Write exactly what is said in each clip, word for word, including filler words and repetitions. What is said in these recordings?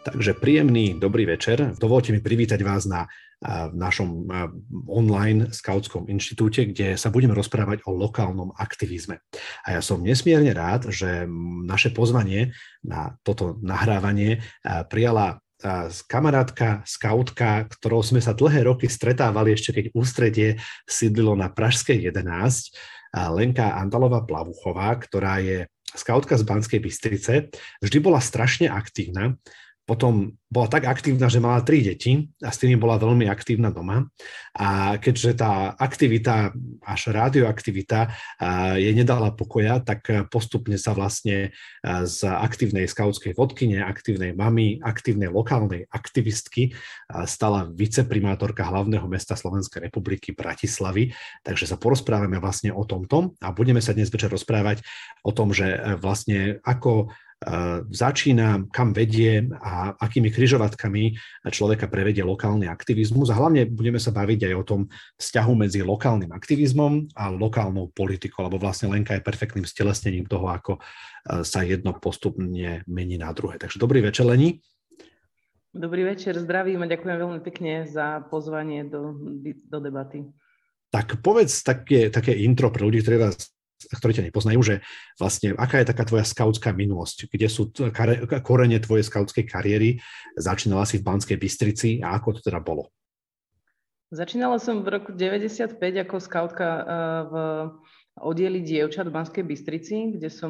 Takže príjemný dobrý večer. Dovolte mi privítať vás na v našom online skautskom inštitúte, kde sa budeme rozprávať o lokálnom aktivizme. A ja som nesmierne rád, že naše pozvanie na toto nahrávanie prijala kamarátka, skautka, ktorou sme sa dlhé roky stretávali, ešte keď ústredie sídlilo na Pražskej jedenásť, Lenka Andalová-Plavuchová, ktorá je skautka z Banskej Bystrice. Vždy bola strašne aktívna. Potom bola tak aktívna, že mala tri deti a s tými bola veľmi aktívna doma. A keďže tá aktivita, až radioaktivita jej nedala pokoja, tak postupne sa vlastne z aktívnej skautskej vodkyne, aktívnej mamy, aktívnej lokálnej aktivistky stala viceprimátorka hlavného mesta Slovenskej republiky Bratislavy. Takže sa porozprávame vlastne o tomto a budeme sa dnes večer rozprávať o tom, že vlastne ako začína, kam vedie a akými križovatkami človeka prevedie lokálny aktivizmus. A hlavne budeme sa baviť aj o tom vzťahu medzi lokálnym aktivizmom a lokálnou politikou, lebo vlastne Lenka je perfektným stelesnením toho, ako sa jedno postupne mení na druhé. Takže dobrý večer, Leni. Dobrý večer, zdravím a ďakujem veľmi pekne za pozvanie do, do debaty. Tak povedz také, také intro pre ľudí, ktorí vás ktorí ťa nepoznajú, že vlastne aká je taká tvoja skautská minulosť, kde sú kare, korene tvojej skautskej kariéry, začínala si v Banskej Bystrici a ako to teda bolo? Začínala som v roku deväťdesiatpäť ako skautka v oddieli dievčat v Banskej Bystrici, kde som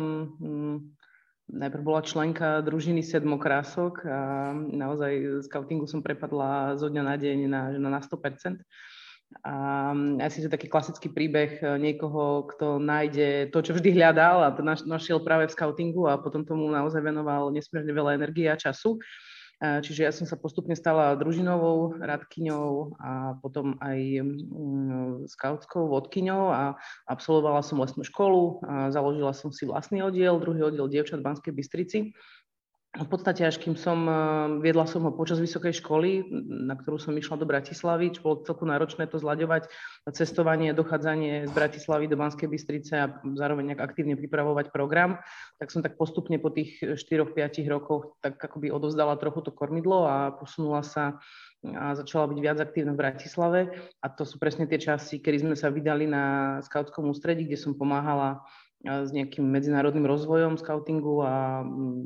najprv bola členka družiny Sedmokrások a naozaj skautingu som prepadla zo dňa na deň na, na sto percent. A asi to je taký klasický príbeh niekoho, kto nájde to, čo vždy hľadal a to našiel práve v skautingu a potom tomu naozaj venoval nesmierne veľa energie a času. Čiže ja som sa postupne stala družinovou radkyňou a potom aj skautskou vodkyňou a absolvovala som lesnú školu, a založila som si vlastný oddiel, druhý oddiel dievčat v Banskej Bystrici. V podstate až kým som, viedla som ho počas vysokej školy, na ktorú som išla do Bratislavy, čo bolo celku náročné to zľaďovať, cestovanie, dochádzanie z Bratislavy do Banskej Bystrice a zároveň nejak aktívne pripravovať program, tak som tak postupne po tých štyroch piatich rokoch tak akoby odovzdala trochu to kormidlo a posunula sa a začala byť viac aktívna v Bratislave. A to sú presne tie časy, kedy sme sa vydali na skautskom ústredí, kde som pomáhala s nejakým medzinárodným rozvojom skautingu a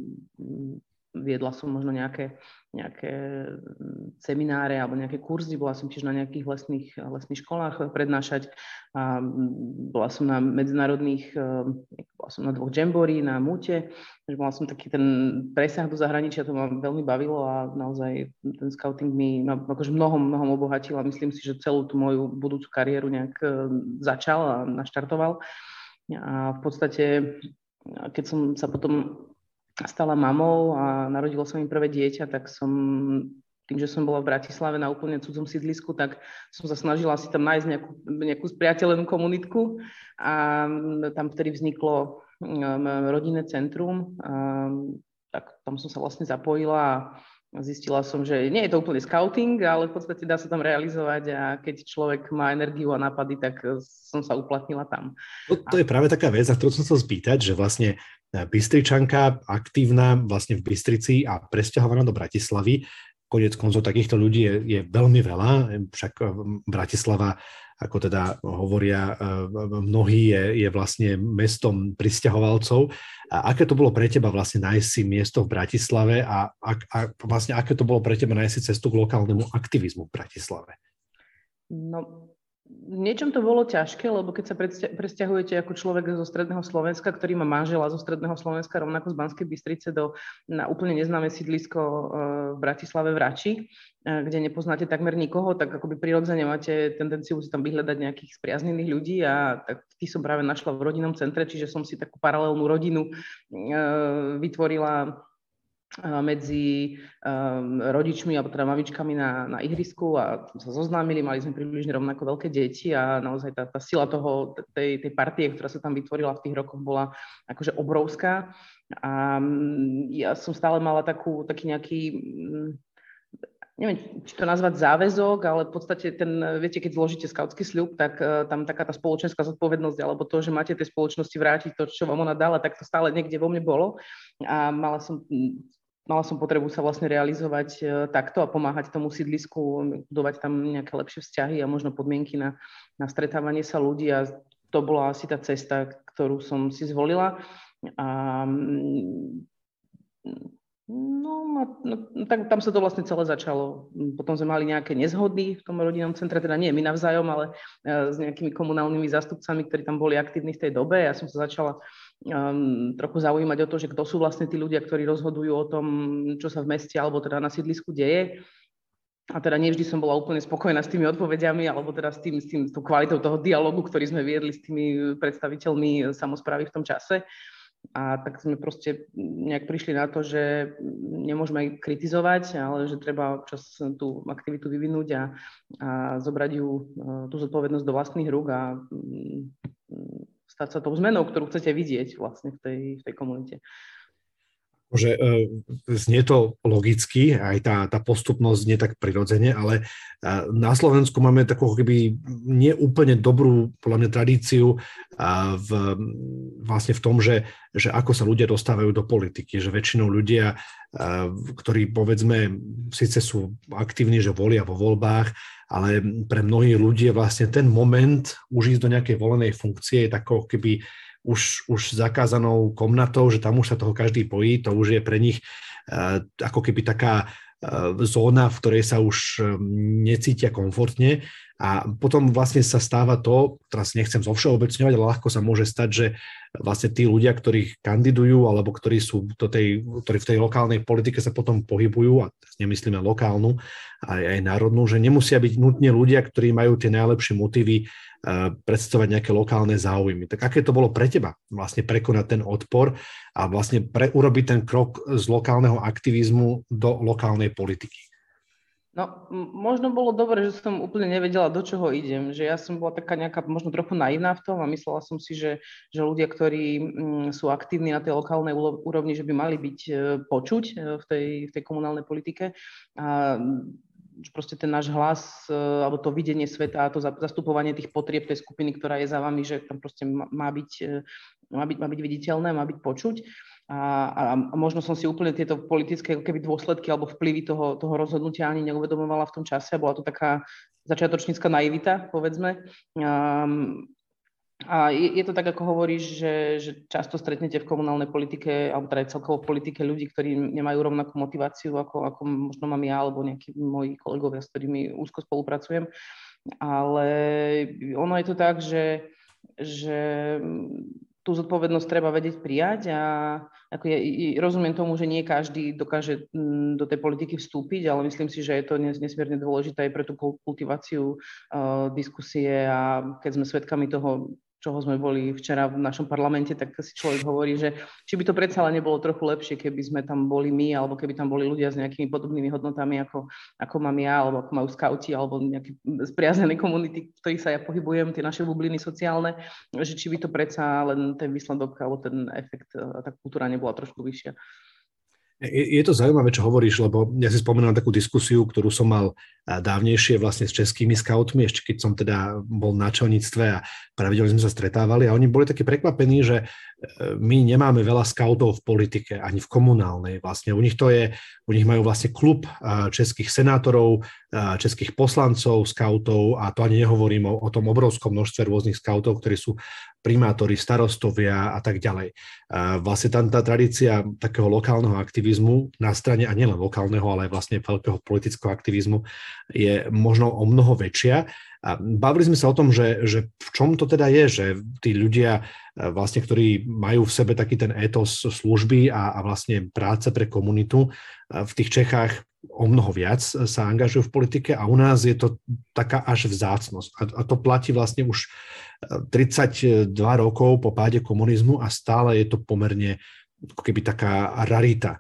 viedla som možno nejaké, nejaké semináre alebo nejaké kurzy, bola som tiež na nejakých lesných, lesných školách prednášať a bola som na medzinárodných, bola som na dvoch jamboree na Múte, takže bola som taký ten presah do zahraničia, to ma veľmi bavilo a naozaj ten skauting mi ma akože mnohom, mnohom obohatil a myslím si, že celú tú moju budúcu kariéru nejak začal a naštartoval. A v podstate, keď som sa potom stala mamou a narodilo sa mi prvé dieťa, tak som, tým, že som bola v Bratislave na úplne cudzom sídlisku, tak som sa snažila si tam nájsť nejakú, nejakú spriateľenú komunitku a tam vtedy vzniklo rodinné centrum. A tak tam som sa vlastne zapojila a zistila som, že nie je to úplne skauting, ale v podstate dá sa tam realizovať a keď človek má energiu a nápady, tak som sa uplatnila tam. To, to je práve taká vec, na ktorú som chcel spýtať, že vlastne Bystričanka aktívna vlastne v Bystrici a presťahovaná do Bratislavy, koniec koncov takýchto ľudí je, je veľmi veľa, však Bratislava, ako teda hovoria mnohí, je, je vlastne mestom prisťahovalcov. A aké to bolo pre teba vlastne nájsť si miesto v Bratislave a, a, a vlastne aké to bolo pre teba nájsť si cestu k lokálnemu aktivizmu v Bratislave? No, v niečom to bolo ťažké, lebo keď sa presťahujete ako človek zo stredného Slovenska, ktorý má manžela zo stredného Slovenska, rovnako z Banskej Bystrice do, na úplne neznáme sídlisko v Bratislave v Rači, kde nepoznáte takmer nikoho, tak akoby prirodzene máte tendenciu si tam vyhľadať nejakých spriaznených ľudí a tak tých som práve našla v rodinnom centre, čiže som si takú paralelnú rodinu vytvorila medzi um, rodičmi alebo teda mamičkami na, na ihrisku a sa zoznámili, mali sme približne rovnako veľké deti a naozaj tá, tá sila toho, tej, tej partie, ktorá sa tam vytvorila v tých rokoch, bola akože obrovská a ja som stále mala takú, taký nejaký neviem, či to nazvať záväzok, ale v podstate ten, viete, keď zložíte skautský sľub, tak uh, tam taká tá spoločenská zodpovednosť, alebo to, že máte tej spoločnosti vrátiť to, čo vám ona dala, tak to stále niekde vo mne bolo a mala som mala som potrebu sa vlastne realizovať takto a pomáhať tomu sídlisku, budovať tam nejaké lepšie vzťahy a možno podmienky na, na stretávanie sa ľudí a to bola asi tá cesta, ktorú som si zvolila. A No, no, tak tam sa to vlastne celé začalo. Potom sme mali nejaké nezhody v tom rodinnom centre, teda nie my navzájom, ale s nejakými komunálnymi zástupcami, ktorí tam boli aktívni v tej dobe. Ja som sa začala um, trochu zaujímať o to, že kto sú vlastne tí ľudia, ktorí rozhodujú o tom, čo sa v meste alebo teda na sídlisku deje. A teda nevždy som bola úplne spokojná s tými odpovediami alebo teda s tým, s tým, s tou kvalitou toho dialogu, ktorý sme viedli s tými predstaviteľmi samosprávy v tom čase. A tak sme proste nejak prišli na to, že nemôžeme kritizovať, ale že treba občas tú aktivitu vyvinúť a, a zobrať ju, tú zodpovednosť do vlastných rúk a stať sa tou zmenou, ktorú chcete vidieť vlastne v tej, v tej komunite. Že e, znie to logicky, aj tá, tá postupnosť znie tak prirodzene, ale e, na Slovensku máme takú keby neúplne dobrú podľa mňa tradíciu e, v, vlastne v tom, že, že ako sa ľudia dostávajú do politiky, že väčšinou ľudia, e, ktorí povedzme síce sú aktívni, že volia vo voľbách, ale pre mnohých ľudí je vlastne ten moment už ísť do nejakej volenej funkcie je takou keby Už, už zakázanou komnatou, že tam už sa toho každý bojí, to už je pre nich uh, ako keby taká uh, zóna, v ktorej sa už um, necítia komfortne a potom vlastne sa stáva to, teraz nechcem zovšeobecňovať, ale ľahko sa môže stať, že vlastne tí ľudia, ktorí kandidujú alebo ktorí sú do tej, ktorí v tej lokálnej politike sa potom pohybujú, a nemyslíme lokálnu, aj, aj národnú, že nemusia byť nutne ľudia, ktorí majú tie najlepšie motívy predstavovať nejaké lokálne záujmy. Tak aké to bolo pre teba vlastne prekonať ten odpor a vlastne pre, urobiť ten krok z lokálneho aktivizmu do lokálnej politiky? No, možno bolo dobre, že som úplne nevedela, do čoho idem. Že ja som bola taká nejaká možno trochu naivná v tom a myslela som si, že, že ľudia, ktorí mm, sú aktívni na tej lokálnej úrovni, že by mali byť počuť v tej, v tej komunálnej politike. A proste ten náš hlas alebo to videnie sveta a to zastupovanie tých potrieb tej skupiny, ktorá je za vami, že tam proste má byť, má byť, má byť viditeľné, má byť počuť. A, a, a možno som si úplne tieto politické keby dôsledky alebo vplyvy toho, toho rozhodnutia ani neuvedomovala v tom čase. Bola to taká začiatočnícka naivita, povedzme. Um, A je, je to tak, ako hovoríš, že, že často stretnete v komunálnej politike, alebo teda celkovo v politike ľudí, ktorí nemajú rovnakú motiváciu, ako, ako možno mám ja, alebo nejakí moji kolegovia, s ktorými úzko spolupracujem. Ale ono je to tak, že, že tú zodpovednosť treba vedieť prijať a ako ja, rozumiem tomu, že nie každý dokáže do tej politiky vstúpiť, ale myslím si, že je to nesmierne dôležité aj pre tú kultiváciu uh, diskusie a keď sme svedkami toho, čoho sme boli včera v našom parlamente, tak si človek hovorí, že či by to predsa ale nebolo trochu lepšie, keby sme tam boli my, alebo keby tam boli ľudia s nejakými podobnými hodnotami, ako, ako mám ja, alebo ako majú skauti, alebo nejaké spriaznené komunity, v ktorých sa ja pohybujem, tie naše bubliny sociálne, že či by to predsa len ten výsledok, alebo ten efekt, tá kultúra nebola trošku vyššia. Je to zaujímavé, čo hovoríš, lebo ja si spomínam takú diskusiu, ktorú som mal dávnejšie vlastne s českými skautmi, ešte keď som teda bol na čelníctve a pravidelne sme sa stretávali a oni boli takí prekvapení, že my nemáme veľa skautov v politike, ani v komunálnej vlastne. U nich to je, u nich majú vlastne klub českých senátorov, českých poslancov, skautov a to ani nehovorím o, o tom obrovskom množstve rôznych skautov, ktorí sú primátori, starostovia a tak ďalej. Vlastne tá, tá tradícia takého lokálneho aktivizmu na strane, a nielen lokálneho, ale aj vlastne veľkého politického aktivizmu je možno o mnoho väčšia. A bavili sme sa o tom, že, že v čom to teda je, že tí ľudia vlastne, ktorí majú v sebe taký ten étos služby a, a vlastne práce pre komunitu, v tých Čechách o mnoho viac sa angažujú v politike a u nás je to taká až vzácnosť. A, a to platí vlastne už tridsaťdva rokov po páde komunizmu a stále je to pomerne ako keby taká rarita.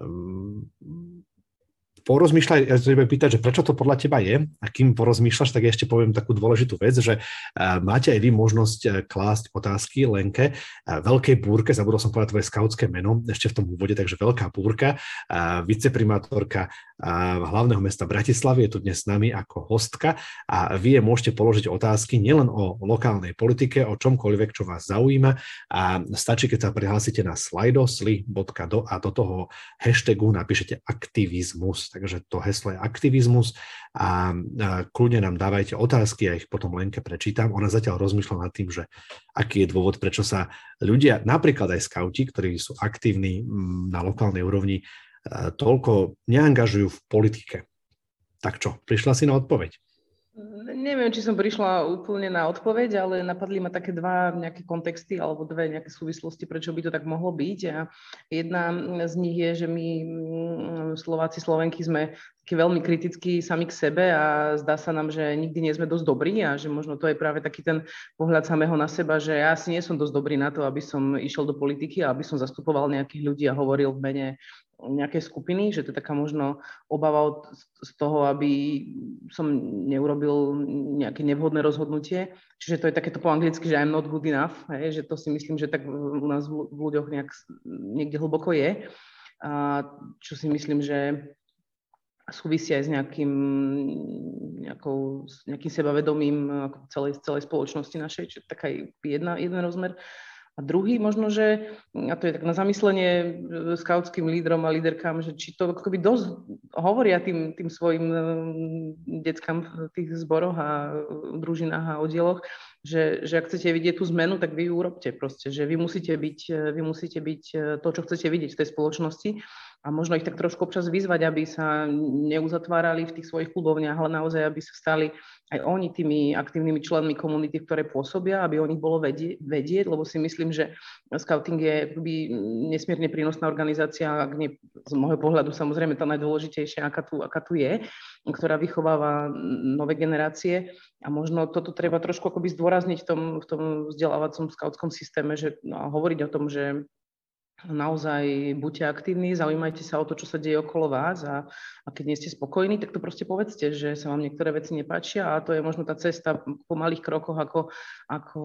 Porozmýšľaj, ja sa budem pýtať, že prečo to podľa teba je, a kým porozmýšľaš, tak ešte poviem takú dôležitú vec, že máte aj vy možnosť klásť otázky Lenke, Veľkej búrke, zabudol som povedať tvoje skautské meno ešte v tom úvode, takže Veľká búrka, viceprimátorka hlavného mesta Bratislavy. Je tu dnes s nami ako hostka a vy je môžete položiť otázky nielen o lokálnej politike, o čomkoľvek, čo vás zaujíma a stačí, keď sa prihlásite na slido, sli bodka do a do toho hashtagu napíšete aktivizmus. Takže to heslo je aktivizmus a kľudne nám dávajte otázky, ja ich potom Lenke prečítam. Ona zatiaľ rozmýšľa nad tým, že aký je dôvod, prečo sa ľudia, napríklad aj skauti, ktorí sú aktívni na lokálnej úrovni, toľko neangažujú v politike. Tak čo, prišla si na odpoveď? Neviem, či som prišla úplne na odpoveď, ale napadli ma také dva nejaké kontexty alebo dve nejaké súvislosti, prečo by to tak mohlo byť. A jedna z nich je, že my Slováci, Slovenky sme takí veľmi kritickí sami k sebe a zdá sa nám, že nikdy nie sme dosť dobrí a že možno to je práve taký ten pohľad samého na seba, že ja si nie som dosť dobrý na to, aby som išiel do politiky a aby som zastupoval nejakých ľudí a hovoril v mene nejaké skupiny, že to je taká možno obava z toho, aby som neurobil nejaké nevhodné rozhodnutie. Čiže to je takéto po anglicky, že I'm not good enough, hej, že to si myslím, že tak u nás v ľuďoch nejak, niekde hlboko je. A čo si myslím, že súvisí aj s nejakým, nejakou, nejakým sebavedomím celej, celej spoločnosti našej, čo je taká jedna, jeden rozmer. A druhý možno, že, a to je tak na zamyslenie skautským lídrom a líderkám, že či to akoby dosť hovoria tým, tým svojim deckám v tých zboroch a družinách a oddieloch, že, že ak chcete vidieť tú zmenu, tak vy ju urobte proste, že vy musíte byť, vy musíte byť to, čo chcete vidieť v tej spoločnosti. A možno ich tak trošku občas vyzvať, aby sa neuzatvárali v tých svojich klubovniach, ale naozaj, aby sa stali aj oni tými aktívnymi členmi komunity, ktoré pôsobia, aby o nich bolo vedieť, vedieť lebo si myslím, že scouting je nesmierne prínosná organizácia, ak nie z môjho pohľadu samozrejme tá najdôležitejšia, aká tu, aká tu je, ktorá vychováva nové generácie. A možno toto treba trošku akoby zdôrazniť v tom, v tom vzdelávacom skautskom systéme, že no, hovoriť o tom, že naozaj buďte aktívni, zaujímajte sa o to, čo sa deje okolo vás a, a keď nie ste spokojní, tak to proste povedzte, že sa vám niektoré veci nepáčia a to je možno tá cesta po malých krokoch, ako, ako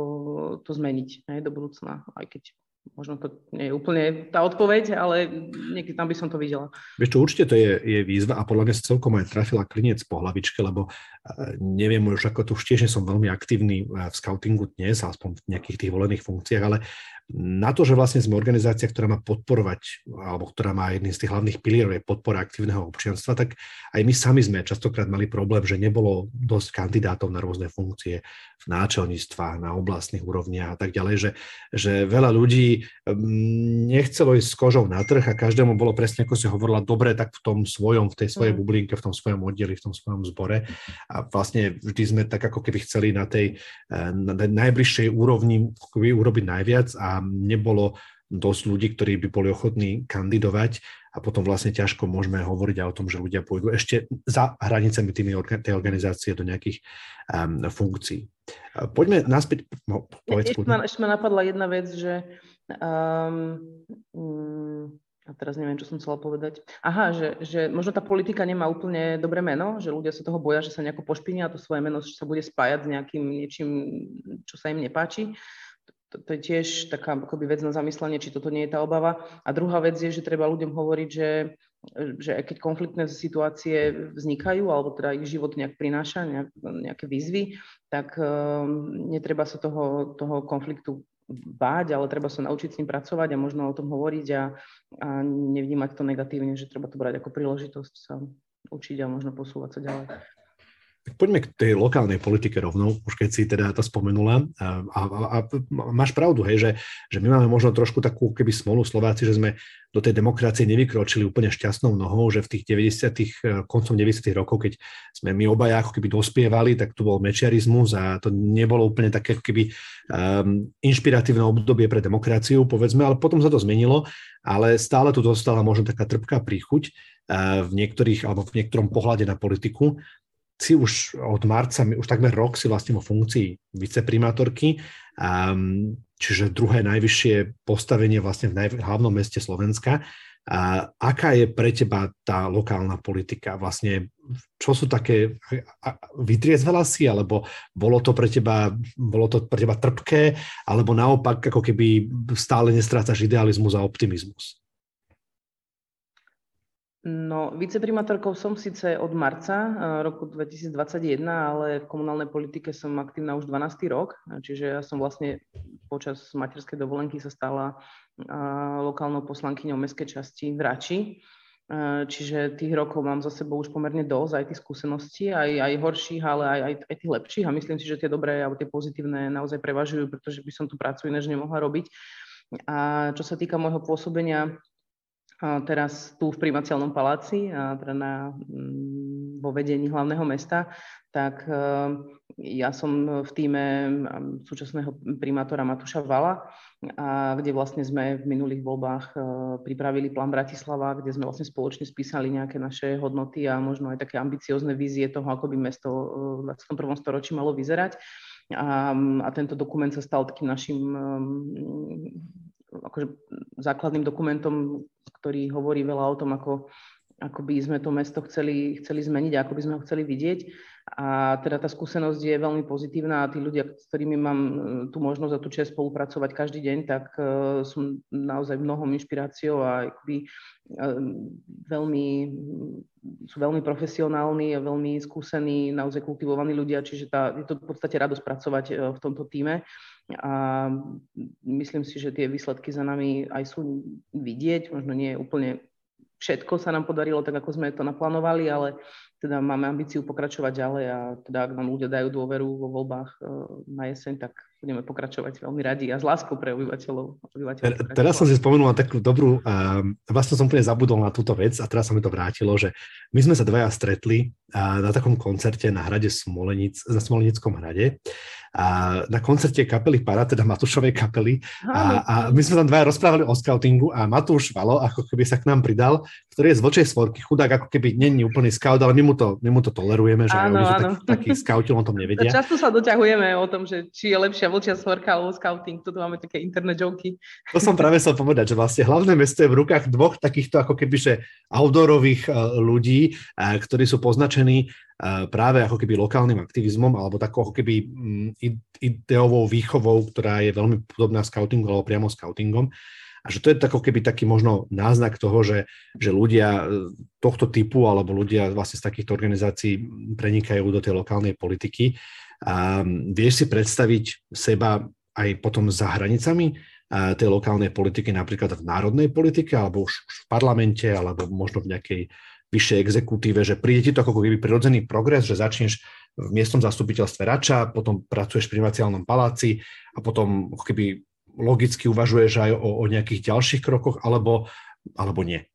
to zmeniť, ne, do budúcna, aj keď možno to nie je úplne tá odpoveď, ale niekedy tam by som to videla. Vieš čo, určite to je, je výzva a podľa mňa sa celkom aj trafila klinec po hlavičke, lebo neviem už ako tu už tiež som veľmi aktívny v skautingu dnes, aspoň v nejakých tých volených funkciách, ale na to, že vlastne sme organizácia, ktorá má podporovať, alebo ktorá má jedným z tých hlavných pilierov je podpora aktívneho občianstva, tak aj my sami sme častokrát mali problém, že nebolo dosť kandidátov na rôzne funkcie v náčelníctvách, na oblastných úrovniach a tak ďalej, že, že veľa ľudí nechcelo ísť s kožou na trh a každému bolo presne, ako si hovorila, dobre tak v tom svojom, v tej svojej mm. bublinke, v tom svojom oddieli, v tom svojom zbore a vlastne vždy sme tak ako keby chceli na tej na najbližšej úrovni urobiť najviac a nebolo dosť ľudí, ktorí by boli ochotní kandidovať a potom vlastne ťažko môžeme hovoriť aj o tom, že ľudia pôjdu ešte za hranicami tými, tej organizácie do nejakých um, funkcií. Poďme naspäť. No, povedz, ešte, ma, ešte ma napadla jedna vec, že um, um, a teraz neviem, čo som chcela povedať. Aha, že, že možno tá politika nemá úplne dobré meno, že ľudia sa toho boja, že sa nejako pošpinia a to svoje meno sa bude spájať s nejakým niečím, čo sa im nepáči. To, to je tiež taká akoby vec na zamyslenie, či toto nie je tá obava. A druhá vec je, že treba ľuďom hovoriť, že, že keď konfliktné situácie vznikajú, alebo teda ich život nejak prináša, nejak, nejaké výzvy, tak um, netreba sa toho, toho konfliktu báť, ale treba sa naučiť s ním pracovať a možno o tom hovoriť a, a nevnímať to negatívne, že treba to brať ako príležitosť sa učiť a možno posúvať sa ďalej. Poďme k tej lokálnej politike rovnou, už keď si teda to spomenula. A, a, a máš pravdu, hej, že, že my máme možno trošku takú keby smolu Slováci, že sme do tej demokracie nevykročili úplne šťastnou nohou, že v tých deväťdesiatych, koncom deväťdesiatych rokov, keď sme my obaja ako keby dospievali, tak tu bol mečiarizmus a to nebolo úplne také ako keby um, inšpiratívne obdobie pre demokraciu, povedzme, ale potom sa to zmenilo, ale stále tu dostala možno taká trpká príchuť uh, v niektorých, alebo v niektorom pohľade na politiku. Si už od marca, už takmer rok si vlastne vo funkcii viceprimátorky, um, čiže druhé najvyššie postavenie vlastne v najv- hlavnom meste Slovenska. A aká je pre teba tá lokálna politika? Vlastne, čo sú také, vytriezvela si, alebo bolo to pre teba, bolo to pre teba trpké, alebo naopak, ako keby stále nestrácaš idealizmus a optimizmus? No, viceprimátorkou som síce od marca roku dvetisícdvadsaťjeden, ale v komunálnej politike som aktívna už dvanásty rok, čiže ja som vlastne počas materskej dovolenky sa stala lokálnou poslankyňou mestskej časti v Rači. Čiže tých rokov mám za sebou už pomerne dosť, aj tých skúseností, aj, aj horších, ale aj, aj, aj tých lepších a myslím si, že tie dobré alebo tie pozitívne naozaj prevažujú, pretože by som tú prácu ináč nemohla robiť. A čo sa týka môjho pôsobenia teraz tu v primaciálnom paláci, a teda na, vo vedení hlavného mesta, tak ja som v tíme súčasného primátora Matúša Vala, a kde vlastne sme v minulých voľbách pripravili plán Bratislava, kde sme vlastne spoločne spísali nejaké naše hodnoty a možno aj také ambiciozne vízie toho, ako by mesto v dvadsiatom prvom storočí malo vyzerať. A, a tento dokument sa stal takým našim akože základným dokumentom, ktorý hovorí veľa o tom, ako, ako by sme to mesto chceli, chceli zmeniť a ako by sme ho chceli vidieť. A teda tá skúsenosť je veľmi pozitívna a tí ľudia, s ktorými mám tú možnosť a tú čest spolupracovať každý deň, tak uh, sú naozaj mnohom inšpiráciou a akoby, uh, veľmi, sú veľmi profesionálni a veľmi skúsení, naozaj kultivovaní ľudia, čiže tá, je to v podstate radosť pracovať uh, v tomto tíme. A myslím si, že tie výsledky za nami aj sú vidieť, možno nie úplne všetko sa nám podarilo tak, ako sme to naplánovali, ale teda máme ambíciu pokračovať ďalej a teda ak nám ľudia dajú dôveru vo voľbách na jeseň, tak budeme pokračovať veľmi radi a s láskou pre obyvateľov. obyvateľov teraz som si spomenul na takú dobrú, uh, vlastne som úplne zabudol na túto vec a teraz sa mi to vrátilo, že my sme sa dvaja stretli uh, na takom koncerte na hrade Smolenic, na Smolenickom hrade, a na koncerte kapely Para, teda Matúšovej kapely. A, a my sme tam dvaja rozprávali o skautingu a Matúš Valo ako keby sa k nám pridal, ktorý je z Vlčej Svorky, chudák ako keby není úplný skaut, ale my mu to, my mu to tolerujeme, že áno, aj takí, takí skauti o tom nevedia. Často sa doťahujeme o tom, že či je lepšia Vlčia Svorka alebo skauting. Tu máme také internet joky. To som práve chcel povedať, že vlastne hlavné mesto je v rukách dvoch takýchto ako keby že outdoorových ľudí, ktorí sú poznačení práve ako keby lokálnym aktivizmom alebo takou ako keby ideovou výchovou, ktorá je veľmi podobná skautingu alebo priamo skautingom. A že to je ako keby taký možno náznak toho, že, že ľudia tohto typu alebo ľudia vlastne z takýchto organizácií prenikajú do tej lokálnej politiky. A vieš si predstaviť seba aj potom za hranicami tej lokálnej politiky, napríklad v národnej politike alebo už v parlamente alebo možno v nejakej vyššej exekutíve, že príde ti to ako keby prirodzený progres, že začneš v miestnom zastupiteľstve Rača, potom pracuješ v primaciálnom paláci a potom ako keby logicky uvažuješ aj o, o nejakých ďalších krokoch, alebo, alebo nie?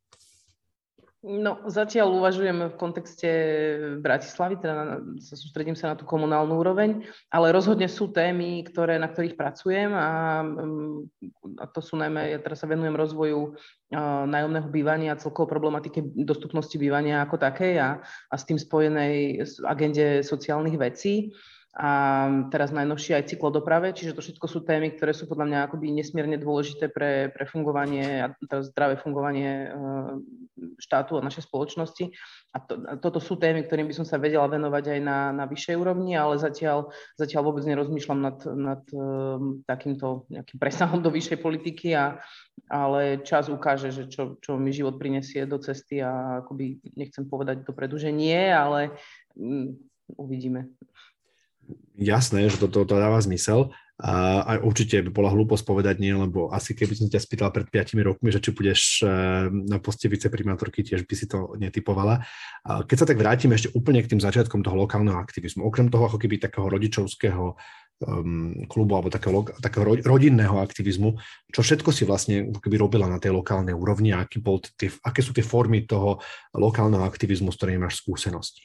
No, zatiaľ uvažujem v kontexte Bratislavy, teda na, sa sústredím sa na tú komunálnu úroveň, ale rozhodne sú témy, ktoré, na ktorých pracujem a, a to sú najmä, ja teraz sa venujem rozvoju uh, nájomného bývania a celkovo problematike dostupnosti bývania ako takej a, a s tým spojenej agende sociálnych vecí. A teraz najnovšie aj cyklodoprave, čiže to všetko sú témy, ktoré sú podľa mňa akoby nesmierne dôležité pre, pre fungovanie a teraz zdravé fungovanie štátu a našej spoločnosti. A, to, a toto sú témy, ktorým by som sa vedela venovať aj na, na vyššej úrovni, ale zatiaľ, zatiaľ vôbec nerozmýšľam nad, nad um, takýmto nejakým presahom do vyššej politiky, a, ale čas ukáže, že čo, čo mi život prinesie do cesty a akoby nechcem povedať dopredu, že nie, ale um, uvidíme. Jasné, že toto to, to dáva zmysel. A aj určite by bola hlúposť povedať nie, lebo asi keby som ťa spýtal pred piatimi rokmi, že či budeš na poste viceprimátorky, tiež by si to netypovala. A keď sa tak vrátim ešte úplne k tým začiatkom toho lokálneho aktivizmu, okrem toho ako keby takého rodičovského um, klubu alebo takého, takého rodinného aktivizmu, čo všetko si vlastne keby robila na tej lokálnej úrovni a aký bol tie, aké sú tie formy toho lokálneho aktivizmu, s ktorými máš skúsenosti?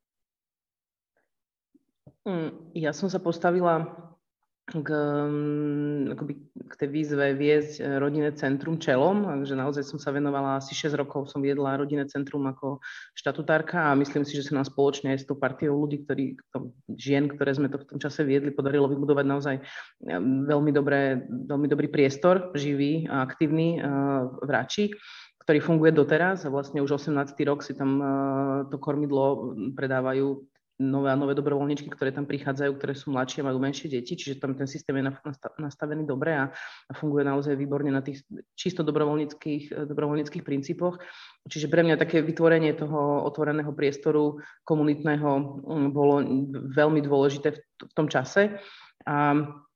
Ja som sa postavila k, akoby, k tej výzve viesť rodinné centrum čelom, takže naozaj som sa venovala, asi šesť rokov som viedla rodinné centrum ako štatutárka a myslím si, že sa nám spoločne aj s tou partiou ľudí, ktorí, žien, ktoré sme to v tom čase viedli, podarilo vybudovať naozaj veľmi, dobré, veľmi dobrý priestor, živý a aktívny v Rači, ktorý funguje doteraz a vlastne už osemnásty rok si tam to kormidlo predávajú nové a nové dobrovoľníčky, ktoré tam prichádzajú, ktoré sú mladšie a majú menšie deti, čiže tam ten systém je nastavený dobre a, a funguje naozaj výborne na tých čisto dobrovoľníckých, dobrovoľníckých princípoch. Čiže pre mňa také vytvorenie toho otvoreného priestoru komunitného bolo veľmi dôležité v, v tom čase. A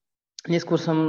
neskôr som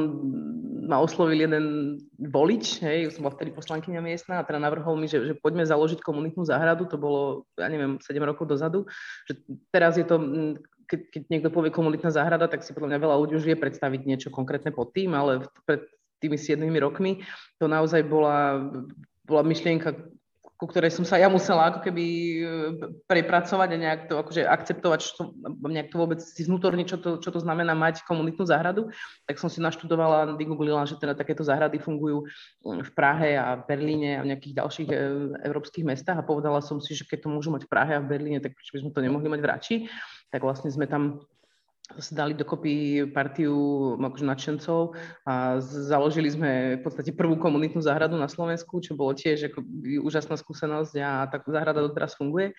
ma oslovil jeden volič, hej, som bola vtedy poslankyňa miestna a teda navrhol mi, že, že poďme založiť komunitnú záhradu, to bolo, ja neviem, sedem rokov dozadu, že teraz je to, keď, keď niekto povie komunitná záhrada, tak si podľa mňa veľa ľudí už vie predstaviť niečo konkrétne pod tým, ale pred tými siedmimi rokmi to naozaj bola, bola myšlienka, ku ktorej som sa ja musela ako keby prepracovať a nejak to akože akceptovať, čo, nejak to vôbec si vnútorne, čo to, čo to znamená mať komunitnú záhradu. Tak som si naštudovala, vygooglila, že teda takéto záhrady fungujú v Prahe a v Berlíne a v nejakých ďalších európskych mestách a povedala som si, že keď to môžu mať v Prahe a v Berlíne, tak prečo by sme to nemohli mať v Rači. Tak vlastne sme tam dali dokopy partiu akože nadšencov a založili sme v podstate prvú komunitnú záhradu na Slovensku, čo bolo tiež ako úžasná skúsenosť a tá záhrada doteraz funguje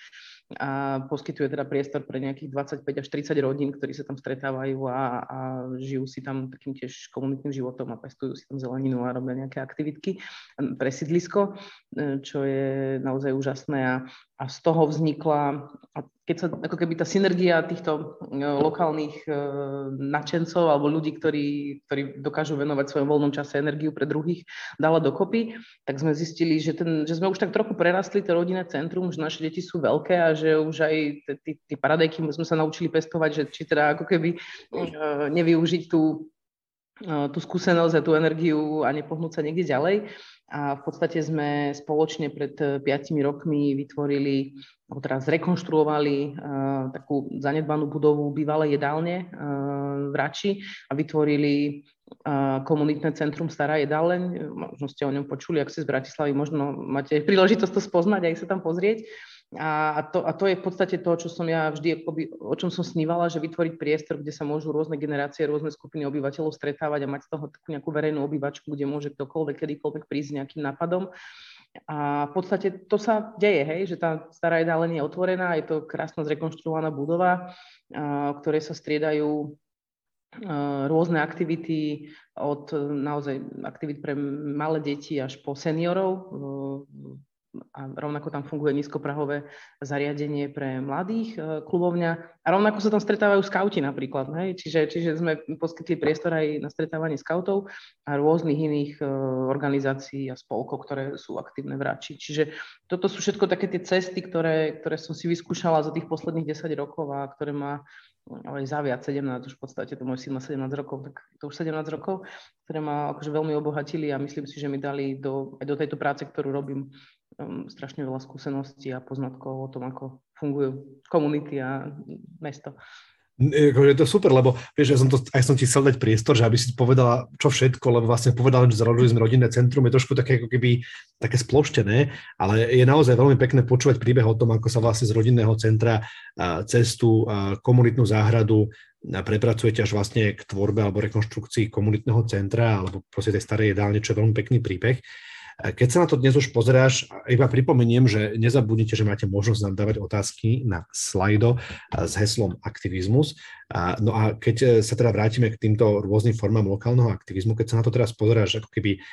a poskytuje teda priestor pre nejakých dvadsaťpäť až tridsať rodín, ktorí sa tam stretávajú a, a žijú si tam takým tiež komunitným životom a pestujú si tam zeleninu a robia nejaké aktivitky pre sídlisko, čo je naozaj úžasné a, a z toho vznikla, a keď sa ako keby tá synergia týchto lokálnych nadšencov alebo ľudí, ktorí, ktorí dokážu venovať svojom voľnom čase energiu pre druhých, dala dokopy, tak sme zistili, že, ten, že sme už tak trochu prerastli to rodinné centrum, že naše deti sú veľké a že už aj tie paradajky sme sa naučili pestovať, že či teda ako keby nevyužiť tú, tú skúsenosť a tú energiu a nepohnúť sa niekde ďalej. A v podstate sme spoločne pred piatimi rokmi vytvorili, alebo teraz zrekonštruovali uh, takú zanedbanú budovu bývalej jedálne uh, v Rači a vytvorili uh, komunitné centrum Stará jedáleň. Možno ste o ňom počuli, ak ste z Bratislavy, možno máte príležitosť to spoznať a ich sa tam pozrieť. A to, a to je v podstate to, čo som ja vždy, akoby, o čom som snívala, že vytvoriť priestor, kde sa môžu rôzne generácie, rôzne skupiny obyvateľov stretávať a mať z toho takú nejakú verejnú obývačku, kde môže ktokoľvek, kedykoľvek prísť s nejakým nápadom. A v podstate to sa deje, hej, že tá stará jedáleň je otvorená, je to krásna zrekonštruovaná budova, v ktorej sa striedajú rôzne aktivity od naozaj aktivít pre malé deti až po seniorov, a rovnako tam funguje nízkoprahové zariadenie pre mladých, klubovňa a rovnako sa tam stretávajú skauti napríklad, hej? Čiže, čiže sme poskytli priestor aj na stretávanie skautov a rôznych iných organizácií a spolkov, ktoré sú aktívne v Rači. Čiže toto sú všetko také tie cesty, ktoré, ktoré som si vyskúšala za tých posledných desať rokov a ktoré ma ale za viac, sedemnásť, už v podstate to môj syn má sedemnásť rokov, tak to už sedemnásť rokov, ktoré ma akože veľmi obohatili a myslím si, že mi dali do, aj do tejto práce, ktorú robím, um, strašne veľa skúseností a poznatkov o tom, ako fungujú komunity a mesto. Je to super, lebo vieš, ja som to, aj som ti chcel dať priestor, že aby si povedala čo všetko, lebo vlastne povedala, že založili sme rodinné centrum, je trošku také ako keby také sploštené, ale je naozaj veľmi pekné počúvať príbeh o tom, ako sa vlastne z rodinného centra cestu komunitnú záhradu prepracujete až vlastne k tvorbe alebo rekonštrukcii komunitného centra alebo proste tej starej jedálne, čo je veľmi pekný príbeh. Keď sa na to dnes už pozeráš, iba pripomeniem, že nezabudnite, že máte možnosť nám dávať otázky na Slido s heslom aktivizmus. No a keď sa teda vrátime k týmto rôznym formám lokálneho aktivizmu, keď sa na to teraz pozeráš ako keby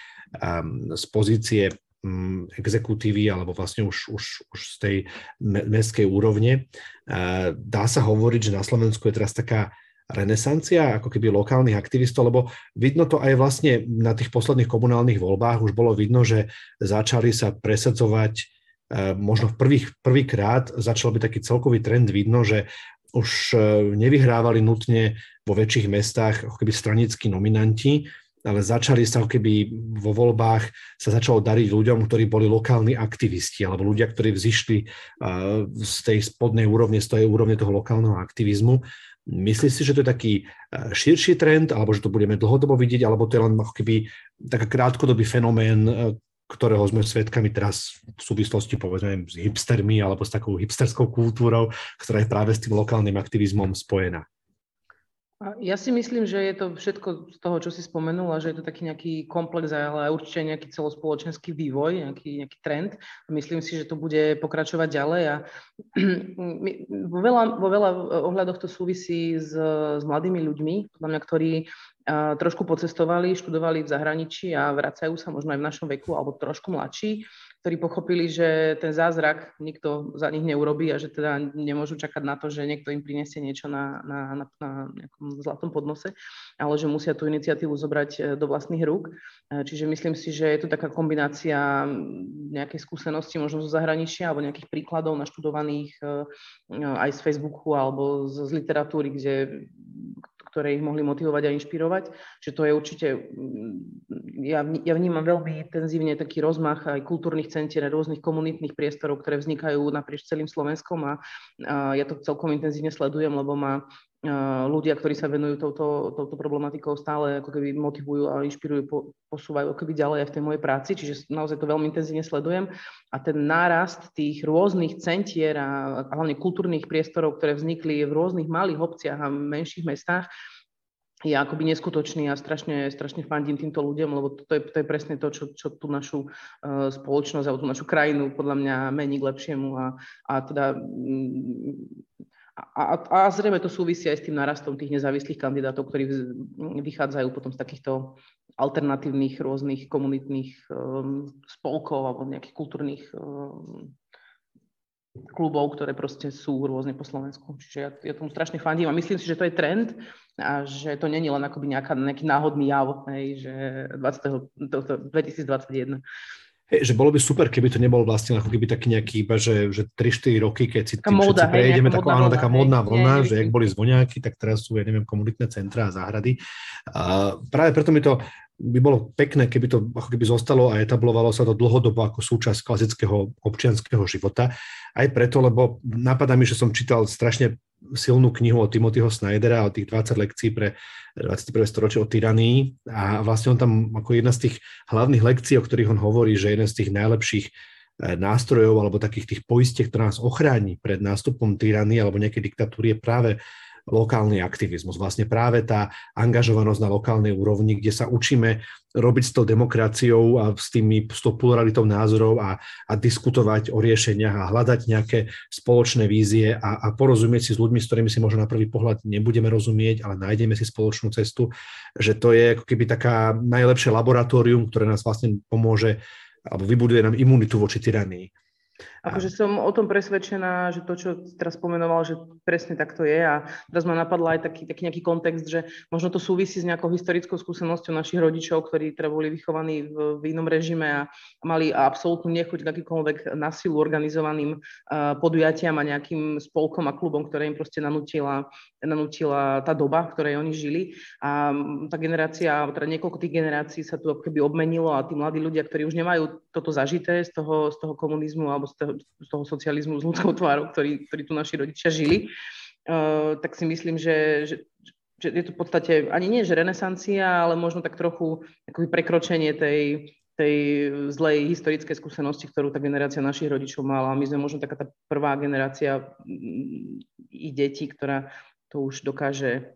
z pozície exekutívy alebo vlastne už, už, už z tej mestskej úrovne, dá sa hovoriť, že na Slovensku je teraz taká renesancia ako keby lokálnych aktivistov, lebo vidno to aj vlastne na tých posledných komunálnych voľbách, už bolo vidno, že začali sa presadzovať, možno v prvých, prvýkrát začal byť taký celkový trend vidno, že už nevyhrávali nutne vo väčších mestách ako keby stranickí nominanti, ale začali sa ako keby vo voľbách sa začalo dariť ľuďom, ktorí boli lokálni aktivisti alebo ľudia, ktorí vzišli z tej spodnej úrovne, z tej úrovne toho lokálneho aktivizmu. Myslíš si, že to je taký širší trend, alebo že to budeme dlhodobo vidieť, alebo to je len ako keby taká krátkodobý fenomén, ktorého sme svedkami teraz v súvislosti povedzme s hipstermi alebo s takou hipsterskou kultúrou, ktorá je práve s tým lokálnym aktivizmom spojená? Ja si myslím, že je to všetko z toho, čo si spomenula, že je to taký nejaký komplex, ale určite nejaký celospoločenský vývoj, nejaký, nejaký trend. Myslím si, že to bude pokračovať ďalej a vo veľa, vo veľa ohľadoch to súvisí s, s mladými ľuďmi, podľa mňa, ktorí uh, trošku pocestovali, študovali v zahraničí a vracajú sa možno aj v našom veku alebo trošku mladší, ktorí pochopili, že ten zázrak nikto za nich neurobí a že teda nemôžu čakať na to, že niekto im prinesie niečo na, na, na, na nejakom zlatom podnose, ale že musia tú iniciatívu zobrať do vlastných rúk. Čiže myslím si, že je to taká kombinácia nejakej skúsenosti možno zo zahraničia alebo nejakých príkladov naštudovaných aj z Facebooku alebo z, z literatúry, kde ktoré ich mohli motivovať a inšpirovať. Že to je určite, ja, ja vnímam veľmi intenzívne taký rozmach aj kultúrnych centier, rôznych komunitných priestorov, ktoré vznikajú naprieč celým Slovenskom a, a ja to celkom intenzívne sledujem, lebo ma ľudia, ktorí sa venujú touto, touto problematikou, stále ako keby motivujú a inšpirujú, po, posúvajú ako keby ďalej aj v tej mojej práci, čiže naozaj to veľmi intenzívne sledujem a ten nárast tých rôznych centier a, a hlavne kultúrnych priestorov, ktoré vznikli v rôznych malých obciach a menších mestách, je akoby neskutočný a strašne, strašne fandím týmto ľuďom, lebo to je, to je presne to, čo, čo tú našu uh, spoločnosť alebo tú našu krajinu podľa mňa mení k lepšiemu a, a teda um, A, a, a zrejme to súvisí aj s tým narastom tých nezávislých kandidátov, ktorí vychádzajú potom z takýchto alternatívnych rôznych komunitných um, spolkov alebo nejakých kultúrnych um, klubov, ktoré proste sú rôzne po Slovensku. Čiže ja, ja tomu strašne fandím a myslím si, že to je trend a že to není len akoby nejaká, nejaký náhodný jav, hej, že dvadsiateho dvetisícdvadsaťjeden. Hej, že bolo by super, keby to nebolo vlastne ako keby taký nejaký iba, že, že tri štyri roky, keď si tým móda, všetci prejdeme, taká, áno, taká módna vlna, nie, že jak boli zvoňáky, tak teraz sú, ja neviem, komunitné centrá a záhrady. A práve preto mi to by bolo pekné, keby to ako keby zostalo a etablovalo sa to dlhodobo ako súčasť klasického občianskeho života. Aj preto, lebo napadá mi, že som čítal strašne silnú knihu od Timothyho Snydera, o tých dvadsať lekcií pre dvadsiate prvé storočie o tyranii a vlastne on tam ako jedna z tých hlavných lekcií, o ktorých on hovorí, že jeden z tých najlepších nástrojov alebo takých tých poistiek, ktorá nás ochráni pred nástupom tyranii alebo nejakej diktatúry je práve lokálny aktivizmus. Vlastne práve tá angažovanosť na lokálnej úrovni, kde sa učíme robiť s tou demokraciou a s, tými, s tou pluralitou názorov a, a diskutovať o riešeniach a hľadať nejaké spoločné vízie a, a porozumieť si s ľuďmi, s ktorými si možno na prvý pohľad nebudeme rozumieť, ale nájdeme si spoločnú cestu, že to je ako keby taká najlepšie laboratórium, ktoré nás vlastne pomôže alebo vybuduje nám imunitu voči tyranii. Akože som o tom presvedčená, že to, čo teraz spomenoval, že presne tak to je a teraz ma napadla aj taký, taký nejaký kontext, že možno to súvisí s nejakou historickou skúsenosťou našich rodičov, ktorí teda boli vychovaní v, v inom režime a mali absolútnu nechuť k akýkoľvek násilu organizovaným uh, podujatiam a nejakým spolkom a klubom, ktoré im proste nanútila, nanútila tá doba, v ktorej oni žili a tá generácia, teda niekoľko tých generácií sa tu keby obmenilo a tí mladí ľudia, ktorí už nemajú toto zažité z toho, z toho komunizmu alebo z toho, z toho socializmu s ľudskou tvárou, ktorý, ktorý tu naši rodičia žili, uh, tak si myslím, že, že, že je to v podstate ani nie, že renesancia, ale možno tak trochu akoby prekročenie tej, tej zlej historickej skúsenosti, ktorú tá generácia našich rodičov mala. My sme možno taká tá prvá generácia ich detí, ktorá to už dokáže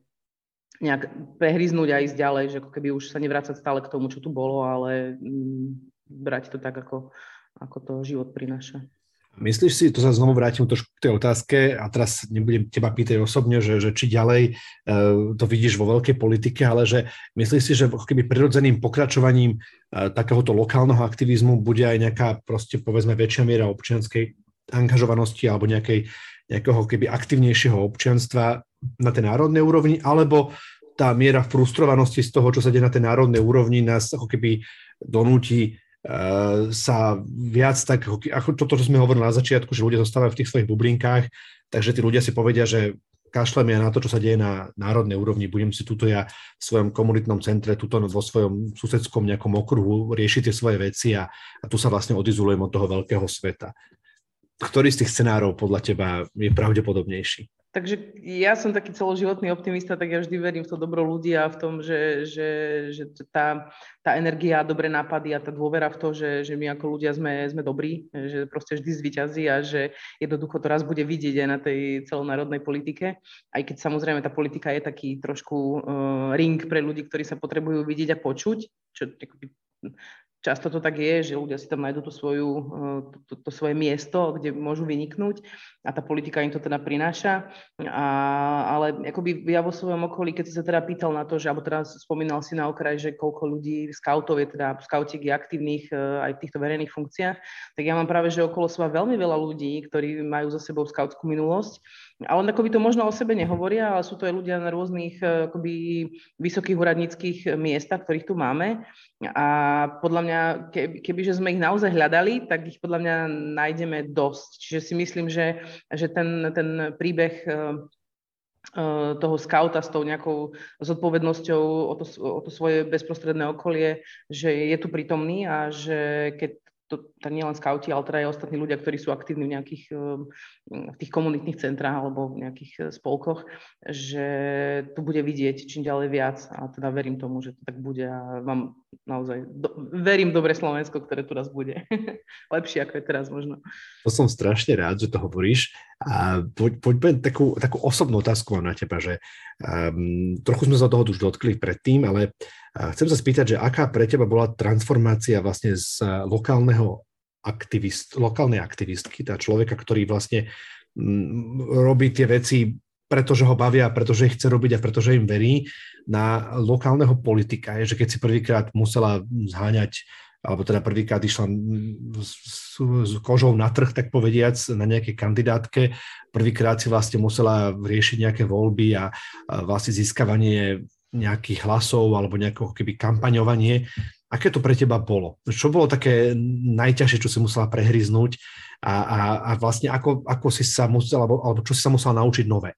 nejak prehryznúť a ísť ďalej, že ako keby už sa nevrácať stále k tomu, čo tu bolo, ale mm, brať to tak, ako ako to život prináša. Myslíš si, to sa znovu vrátim trošku k tej otázke a teraz nebudem teba pýtať osobne, že, že či ďalej uh, to vidíš vo veľkej politike, ale že myslíš si, že ako keby prirodzeným pokračovaním uh, takéhoto lokálneho aktivizmu bude aj nejaká proste povedzme väčšia miera občianskej angažovanosti alebo nejakej, nejakého keby aktivnejšieho občianstva na tej národnej úrovni, alebo tá miera frustrovanosti z toho, čo sa deje na tej národnej úrovni, nás ako keby donúti sa viac tak, ako toto, čo sme hovorili na začiatku, že ľudia zostávajú v tých svojich bublinkách, takže tí ľudia si povedia, že kašlem ja na to, čo sa deje na národnej úrovni, budem si tuto ja v svojom komunitnom centre, tuto vo svojom susedskom nejakom okruhu riešiť tie svoje veci a, a tu sa vlastne odizolujem od toho veľkého sveta. Ktorý z tých scenárov podľa teba je pravdepodobnejší? Takže ja som taký celoživotný optimista, tak ja vždy verím v to dobro ľudí a v tom, že, že, že tá, tá energia, dobré nápady a tá dôvera v to, že, že my ako ľudia sme, sme dobrí, že proste vždy zvíťazí a že jednoducho to raz bude vidieť aj na tej celonárodnej politike. Aj keď samozrejme tá politika je taký trošku uh, ring pre ľudí, ktorí sa potrebujú vidieť a počuť, čo akoby, často to tak je, že ľudia si tam nájdú to, svoju, to, to, to svoje miesto, kde môžu vyniknúť a tá politika im to teda prináša. A, ale akoby ja vo svojom okolí, keď si sa teda pýtal na to, že, alebo teda spomínal si na okraj, že koľko ľudí, skautov je teda, skautiek je aktívnych aj v týchto verejných funkciách, tak ja mám práve, že okolo seba veľmi veľa ľudí, ktorí majú za sebou skautskú minulosť. A len akoby to možno o sebe nehovoria, ale sú to aj ľudia na rôznych akoby vysokých úradníckych miestach, ktorých tu máme. A podľa mňa, keby, kebyže sme ich naozaj hľadali, tak ich podľa mňa nájdeme dosť. Čiže si myslím, že, že ten, ten príbeh toho skauta s tou nejakou zodpovednosťou o to, o to svoje bezprostredné okolie, že je tu prítomný a že keď to, to nie len skauti, ale teda aj ostatní ľudia, ktorí sú aktívni v nejakých v tých komunitných centrách alebo v nejakých spolkoch, že tu bude vidieť čím ďalej viac a teda verím tomu, že to tak bude a mám naozaj, do, verím dobre Slovensko, ktoré tu raz bude. Lepšie ako je teraz možno. To som strašne rád, že to hovoríš a poď, poďme takú, takú osobnú otázku na teba, že um, trochu sme sa toho už dotkli predtým, ale chcem sa spýtať, že aká pre teba bola transformácia vlastne z lokálneho aktivist, lokálnej aktivistky, tá človeka, ktorý vlastne m, robí tie veci, pretože ho bavia, pretože ich chce robiť a pretože im verí, na lokálneho politika. Je, že keď si prvýkrát musela zháňať, alebo teda prvýkrát išla s, s kožou na trh, tak povediac, na nejakej kandidátke, prvýkrát si vlastne musela riešiť nejaké voľby a, a vlastne získavanie nejakých hlasov alebo nejaké keby kampaňovanie. Aké to pre teba bolo? Čo bolo také najťažšie, čo si musela prehryznúť a, a, a vlastne ako, ako si sa musela, alebo, alebo čo si sa musela naučiť nové?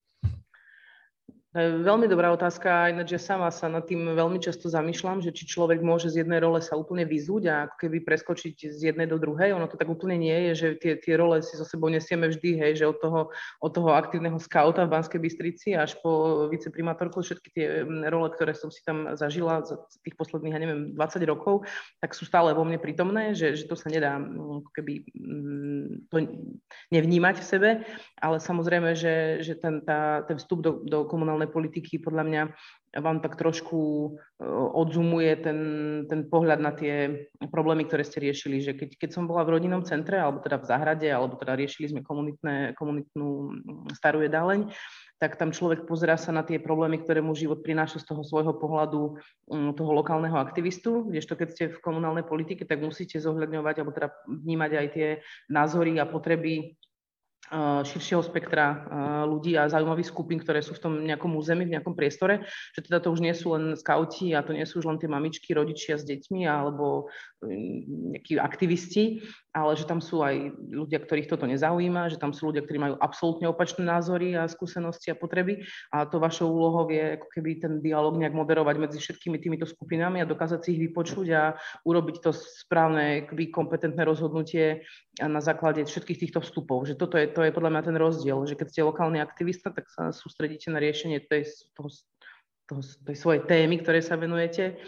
Veľmi dobrá otázka, ináč ja sama sa nad tým veľmi často zamýšľam, že či človek môže z jednej role sa úplne vyzúť a ako keby preskočiť z jednej do druhej. Ono to tak úplne nie je, že tie, tie role si so sebou nesieme vždy, hej, že od toho, od toho aktívneho skauta v Banskej Bystrici až po viceprimátorku, všetky tie role, ktoré som si tam zažila za tých posledných, ja neviem, dvadsať rokov, tak sú stále vo mne prítomné, že, že to sa nedá ako keby to nevnímať v sebe, ale samozrejme, že, že ten, tá, ten vstup do, do komunálnej politiky podľa mňa vám tak trošku odzumuje ten, ten pohľad na tie problémy, ktoré ste riešili. Že keď, keď som bola v rodinnom centre, alebo teda v záhrade, alebo teda riešili sme komunitné, komunitnú starú jedáleň, tak tam človek pozerá sa na tie problémy, ktoré mu život prináša z toho svojho pohľadu toho lokálneho aktivistu, kdežto keď ste v komunálnej politike, tak musíte zohľadňovať, alebo teda vnímať aj tie názory a potreby širšieho spektra ľudí a zaujímavých skupín, ktoré sú v tom nejakom území, v nejakom priestore, že teda to už nie sú len skauti a to nie sú už len tie mamičky, rodičia s deťmi alebo nejakí aktivisti, ale že tam sú aj ľudia, ktorých toto nezaujíma, že tam sú ľudia, ktorí majú absolútne opačné názory a skúsenosti a potreby a to vašou úlohou je ako keby ten dialog nejak moderovať medzi všetkými týmito skupinami a dokázať si ich vypočuť a urobiť to správne, akoby kompetentné rozhodnutie na základe všetkých týchto vstupov. Že toto je, to je podľa mňa ten rozdiel, že keď ste lokálny aktivista, tak sa sústredíte na riešenie tej, toho, toho, tej svojej témy, ktoré sa venujete,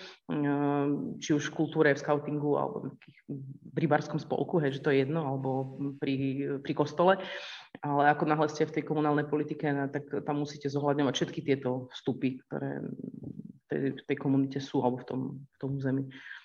či už v kultúre, v skautingu, alebo v rybárskom spolku, hej, že to je jedno, alebo pri, pri kostole. Ale ako náhle ste v tej komunálnej politike, tak tam musíte zohľadňovať všetky tieto vstupy, ktoré v tej, v tej komunite sú, alebo v tom, v tom území.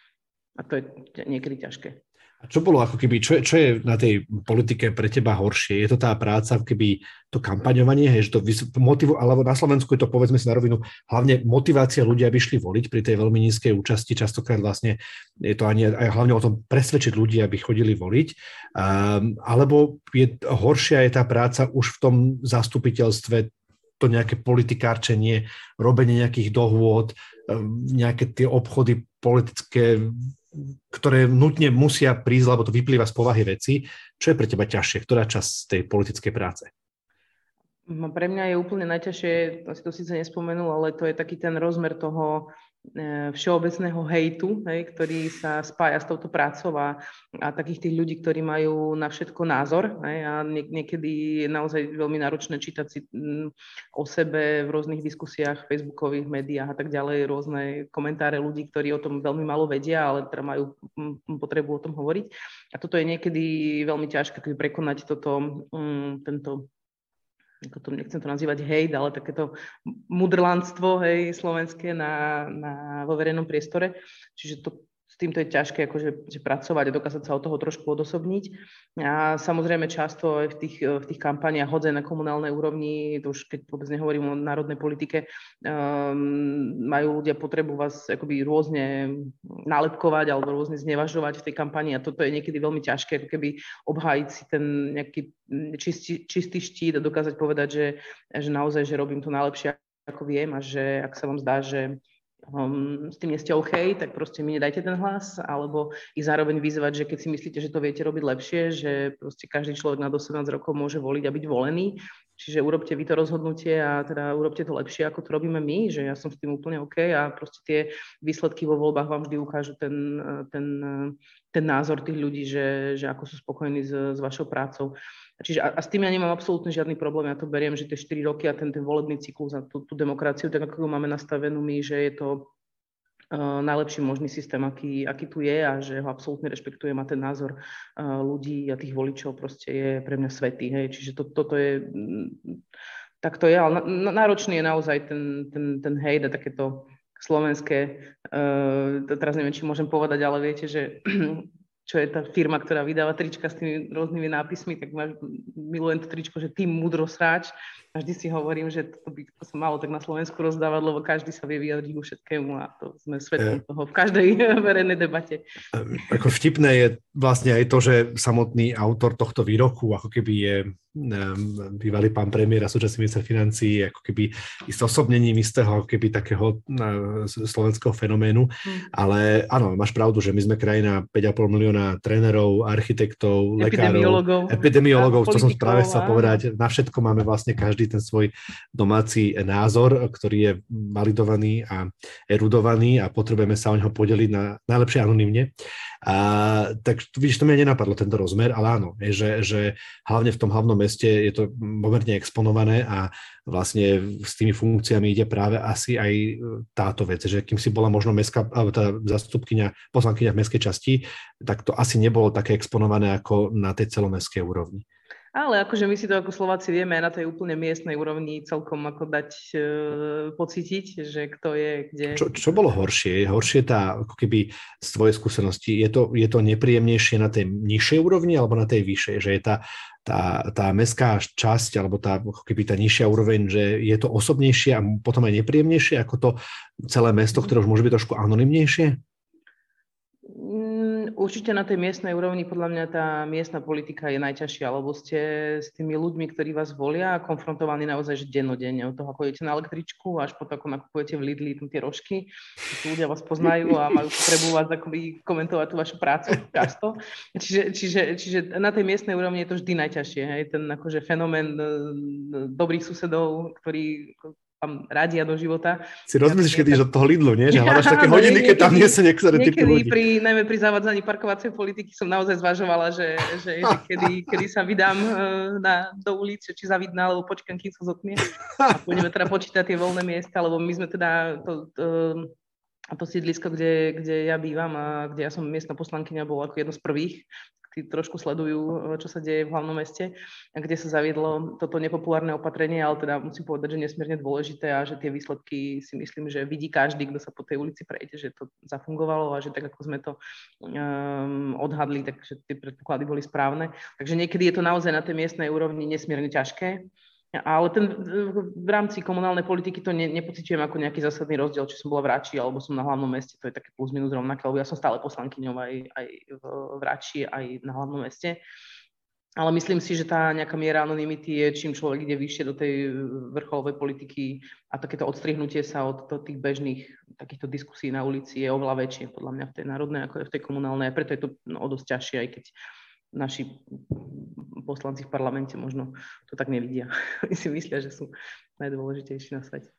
A to je niekedy ťažké. A čo bolo ako keby, čo, čo je na tej politike pre teba horšie? Je to tá práca, keby to kampaňovanie, hej, že to motivu, alebo na Slovensku je to, povedzme si na rovinu, hlavne motivácia ľudia, aby šli voliť pri tej veľmi nízkej účasti, častokrát vlastne je to ani aj hlavne o tom presvedčiť ľudí, aby chodili voliť, um, alebo je, horšia je tá práca už v tom zastupiteľstve, to nejaké politikárčenie, robenie nejakých dohôd, um, nejaké tie obchody politické, ktoré nutne musia prísť, lebo to vyplýva z povahy veci. Čo je pre teba ťažšie? Ktorá časť tej politickej práce? Pre mňa je úplne najťažšie, to si to síce nespomenul, ale to je taký ten rozmer toho, všeobecného hejtu, hej, ktorý sa spája s touto prácou a, a takých tých ľudí, ktorí majú na všetko názor, hej, a nie, niekedy je naozaj veľmi náročné čítať si m, o sebe v rôznych diskusiách, facebookových médiách a tak ďalej, rôzne komentáre ľudí, ktorí o tom veľmi málo vedia, ale teda majú m, potrebu o tom hovoriť. A toto je niekedy veľmi ťažké prekonať toto, m, tento ako to, nechcem to nazývať hejt, ale takéto mudrlandstvo, hej, slovenské na, na, vo verejnom priestore. Čiže to, s týmto je ťažké akože, že pracovať a dokázať sa od toho trošku odosobniť. A samozrejme často aj v tých, v tých kampaniách hodzaj na komunálnej úrovni, to už keď vôbec nehovorím o národnej politike, um, majú ľudia potrebu vás akoby rôzne nálepkovať alebo rôzne znevažovať v tej kampani a toto je niekedy veľmi ťažké, ako keby obhájiť si ten nejaký čistý, čistý štít a dokázať povedať, že, že naozaj, že robím to najlepšie, ako viem a že ak sa vám zdá, že Um, s tým nie ste OK, tak proste mi nedajte ten hlas, alebo i zároveň vyzvať, že keď si myslíte, že to viete robiť lepšie, že proste každý človek nad osemnásť rokov môže voliť a byť volený, čiže urobte vy to rozhodnutie a teda urobte to lepšie, ako to robíme my, že ja som s tým úplne OK a proste tie výsledky vo voľbách vám vždy ukážu ten, ten, ten názor tých ľudí, že, že ako sú spokojní s, s vašou prácou. Čiže a, a s tým ja nemám absolútne žiadny problém, ja to beriem, že tie štyri roky a ten, ten volebný cyklus a tú, tú demokraciu, tak ako ju máme nastavenú my, že je to uh, najlepší možný systém, aký, aký tu je a že ho absolútne rešpektujem a ten názor uh, ľudí a tých voličov proste je pre mňa svätý. Hej. Čiže to, toto je, tak to je, ale na, náročný je naozaj ten, ten, ten hejt a takéto slovenské, uh, to teraz neviem, či môžem povedať, ale viete, že čo je tá firma, ktorá vydáva trička s tými rôznymi nápismi, tak máš, milujem to tričko, že tým múdrosráč. A vždy si hovorím, že to by to sa malo tak na Slovensku rozdávať, lebo každý sa vie vyjadriť ku všetkému a to sme svedkom e, toho v každej verejnej debate. Ako vtipné je vlastne aj to, že samotný autor tohto výroku, ako keby je bývalý pán premiér a súčasný minister financií, ako keby istosobnením istého, ako keby takého slovenského fenoménu. Hmm. Ale áno, máš pravdu, že my sme krajina päť a pol milióna trénerov, architektov, lekárov, epidemiologov, to som práve chcel povedať, na všetko máme vlastne každý ten svoj domáci názor, ktorý je validovaný a erudovaný a potrebujeme sa o neho podeliť na najlepšie anonymne. A, tak vidíš, to mňa nenapadlo tento rozmer, ale áno, je, že, že hlavne v tom hlavnom meste je to pomerne exponované a vlastne s tými funkciami ide práve asi aj táto vec, že kým si bola možno mestská, alebo tá zastupkyňa, poslankyňa v mestskej časti, tak to asi nebolo také exponované ako na tej celomestskej úrovni. Ale akože my si to ako Slováci vieme aj na tej úplne miestnej úrovni celkom ako dať e, pocítiť, že kto je kde. Čo, čo bolo horšie? Horšie tá, ako keby z tvojej skúsenosti, je to, je to nepríjemnejšie na tej nižšej úrovni alebo na tej vyššej? Že je tá, tá, tá mestská časť alebo tá, ako keby tá nižšia úroveň, že je to osobnejšie a potom aj nepríjemnejšie ako to celé mesto, ktoré už môže byť trošku anonymnejšie? Určite na tej miestnej úrovni podľa mňa tá miestna politika je najťažšia, lebo ste s tými ľuďmi, ktorí vás volia, konfrontovaní naozaj že dennodenne. Od toho, ako idete na električku, až po to, ako nakupujete v Lidli tam tie rožky. Tí ľudia vás poznajú a majú potrebu vás akoby komentovať tú vašu prácu často. Čiže, čiže, čiže na tej miestnej úrovni je to vždy najťažšie. Hej? Ten akože fenomén dobrých susedov, ktorí tam radia do života. Si rozmyslíš, keď ideš od toho Lidlu, nie? Že hľadaš také hodiny, keď tam nie sú niektoré typy ľudí. Pri, najmä pri zavádzaní parkovacej politiky som naozaj zvažovala, že, že, že kedy, kedy sa vydám na, do ulice, či zavidná, alebo počkám, kým sa zotmie. A pôjdeme teda počítať tie voľné miesta, lebo my sme teda to, to, to sídlisko, kde, kde ja bývam a kde ja som miestna poslankyňa, bol ako jedno z prvých, tí trošku sledujú, čo sa deje v hlavnom meste, kde sa zaviedlo toto nepopulárne opatrenie, ale teda musím povedať, že nesmierne dôležité a že tie výsledky si myslím, že vidí každý, kto sa po tej ulici prejde, že to zafungovalo a že tak, ako sme to um, odhadli, takže tie predpoklady boli správne. Takže niekedy je to naozaj na tej miestnej úrovni nesmierne ťažké. Ale ten, v rámci komunálnej politiky to ne, nepociťujem ako nejaký zásadný rozdiel, či som bola v Rači, alebo som na hlavnom meste, to je také plus minus rovnaké, lebo ja som stále poslankyňou aj, aj v Rači, aj na hlavnom meste. Ale myslím si, že tá nejaká miera anonymity je, čím človek ide vyššie do tej vrcholovej politiky a takéto odstrihnutie sa od tých bežných takýchto diskusí na ulici je oveľa väčšie, podľa mňa v tej národnej, ako je v tej komunálnej. A preto je to no, o dosť ťažšie, aj keď naši poslanci v parlamente možno to tak nevidia. Oni si myslia, že sú najdôležitejší na svete.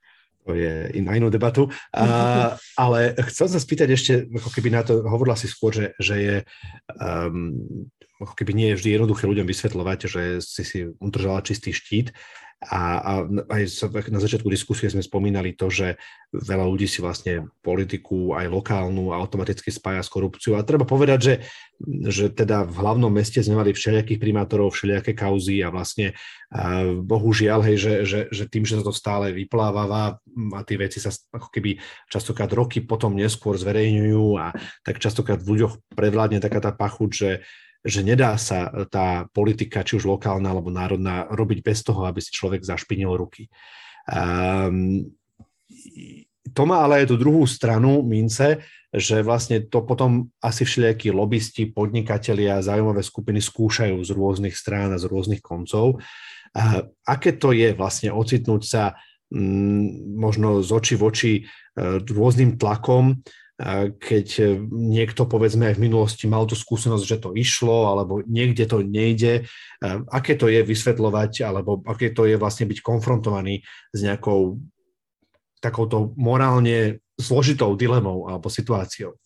To je na inú debatu. Uh, ale chcel sa spýtať ešte, ako keby na to, hovorila si skôr, že, že je um, ako keby nie je vždy jednoduché ľuďom vysvetľovať, že si si udržala čistý štít. A, a aj na začiatku diskusie sme spomínali to, že veľa ľudí si vlastne politiku aj lokálnu automaticky spája s korupciou. A treba povedať, že, že teda v hlavnom meste sme mali všelijakých primátorov, všelijaké kauzy a vlastne a bohužiaľ, hej, že, že, že tým, že sa to stále vyplávava a tie veci sa ako keby častokrát roky potom neskôr zverejňujú a tak častokrát v ľuďoch prevládne taká tá pachuť, že že nedá sa tá politika, či už lokálna alebo národná, robiť bez toho, aby si človek zašpinil ruky. Um, to má ale aj tú druhú stranu mince, že vlastne to potom asi všelijakí lobbysti, podnikatelia, záujmové skupiny skúšajú z rôznych strán a z rôznych koncov. Uh, aké to je vlastne ocitnúť sa um, možno z očí v oči uh, rôznym tlakom, keď niekto, povedzme, aj v minulosti mal tú skúsenosť, že to išlo, alebo niekde to nejde. Aké to je vysvetľovať, alebo aké to je vlastne byť konfrontovaný s nejakou takouto morálne zložitou dilemou alebo situáciou?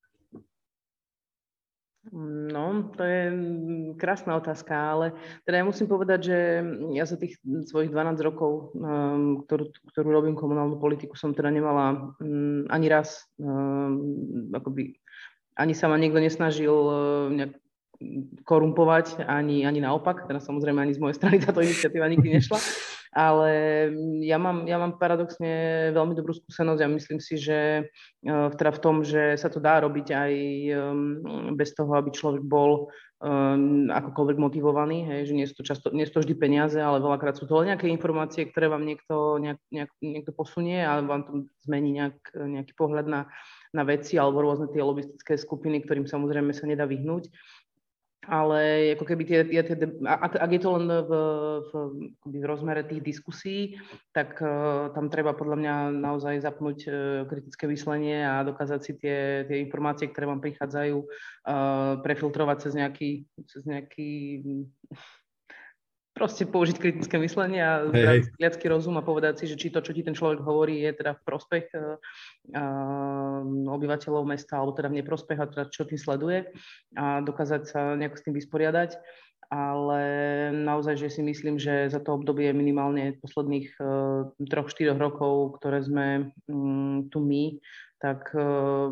No, to je krásna otázka, ale teda ja musím povedať, že ja za tých svojich dvanásť rokov, um, ktorú, ktorú robím komunálnu politiku, som teda nemala um, ani raz, um, akoby, ani sa ma niekto nesnažil uh, nejak korumpovať, ani, ani naopak, teda samozrejme ani z mojej strany táto iniciatíva nikdy nešla, ale ja mám, ja mám paradoxne veľmi dobrú skúsenosť a myslím si, že uh, teda v tom, že sa to dá robiť aj um, bez toho, aby človek bol um, akokoľvek motivovaný, hej, že nie sú to často, nie sú to vždy peniaze, ale veľakrát sú to nejaké informácie, ktoré vám niekto, nejak, nejak, niekto posunie a vám to zmení nejak, nejaký pohľad na, na veci alebo rôzne tie lobistické skupiny, ktorým samozrejme sa nedá vyhnúť. Ale ako keby tie, tie, tie, ak, ak je to len v, v, v rozmere tých diskusí, tak uh, tam treba podľa mňa naozaj zapnúť uh, kritické myslenie a dokázať si tie, tie informácie, ktoré vám prichádzajú, uh, prefiltrovať cez nejaký, cez nejaký proste použiť kritické myslenie a zdravý rozum a povedať si, že či to, čo ti ten človek hovorí, je teda v prospech uh, uh, obyvateľov mesta, alebo teda v neprospech, a teda čo tým sleduje a dokázať sa nejako s tým vysporiadať. Ale naozaj, že si myslím, že za to obdobie minimálne posledných uh, troch, štyroch rokov, ktoré sme um, tu my, tak uh,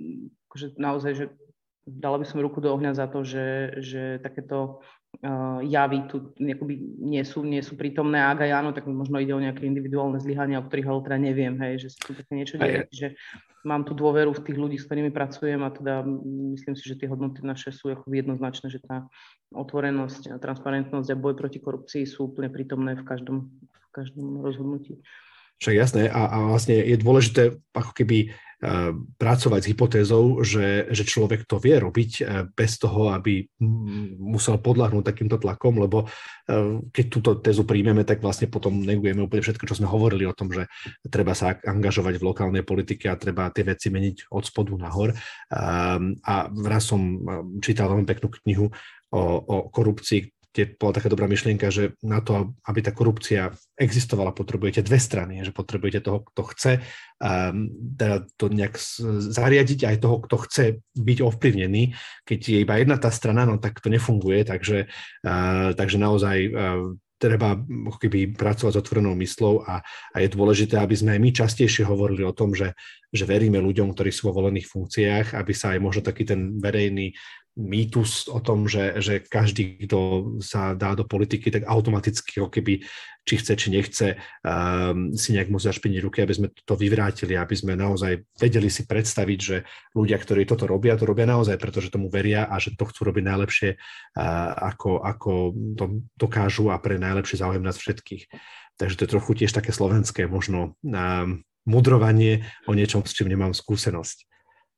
že naozaj, že dala by som ruku do ohňa za to, že, že takéto Uh, javy tu nie sú, nie sú prítomné, a ak aj áno, tak možno ide o nejaké individuálne zlyhania, o ktorých ale teda neviem, hej, že sa tu také niečo deje, že mám tu dôveru v tých ľudí, s ktorými pracujem, a teda myslím si, že tie hodnoty naše sú ako jednoznačné, že tá otvorenosť, transparentnosť a boj proti korupcii sú úplne prítomné v každom, v každom rozhodnutí. Však jasné, a, a vlastne je dôležité ako keby uh, pracovať s hypotézou, že, že človek to vie robiť uh, bez toho, aby m- musel podľahnúť takýmto tlakom, lebo uh, keď túto tézu príjmeme, tak vlastne potom negujeme úplne všetko, čo sme hovorili o tom, že treba sa angažovať v lokálnej politike a treba tie veci meniť od spodu nahor. Um, a raz som čítal veľmi peknú knihu o, o korupcii, kde bola taká dobrá myšlienka, že na to, aby tá korupcia existovala, potrebujete dve strany, že potrebujete toho, kto chce um, teda to nejak zariadiť, aj toho, kto chce byť ovplyvnený. Keď je iba jedna tá strana, no tak to nefunguje, takže, uh, takže naozaj uh, treba keby pracovať s otvorenou myslou a, a je dôležité, aby sme aj my častejšie hovorili o tom, že, že veríme ľuďom, ktorí sú vo volených funkciách, aby sa aj možno taký ten verejný mýtus o tom, že, že každý, kto sa dá do politiky, tak automaticky, keby, či chce, či nechce, um, si nejak môcť zašpiniť ruky, aby sme to vyvrátili, aby sme naozaj vedeli si predstaviť, že ľudia, ktorí toto robia, to robia naozaj, pretože tomu veria a že to chcú robiť najlepšie, uh, ako, ako to dokážu a pre najlepší záujem nás všetkých. Takže to je trochu tiež také slovenské možno um, mudrovanie o niečom, s čím nemám skúsenosť.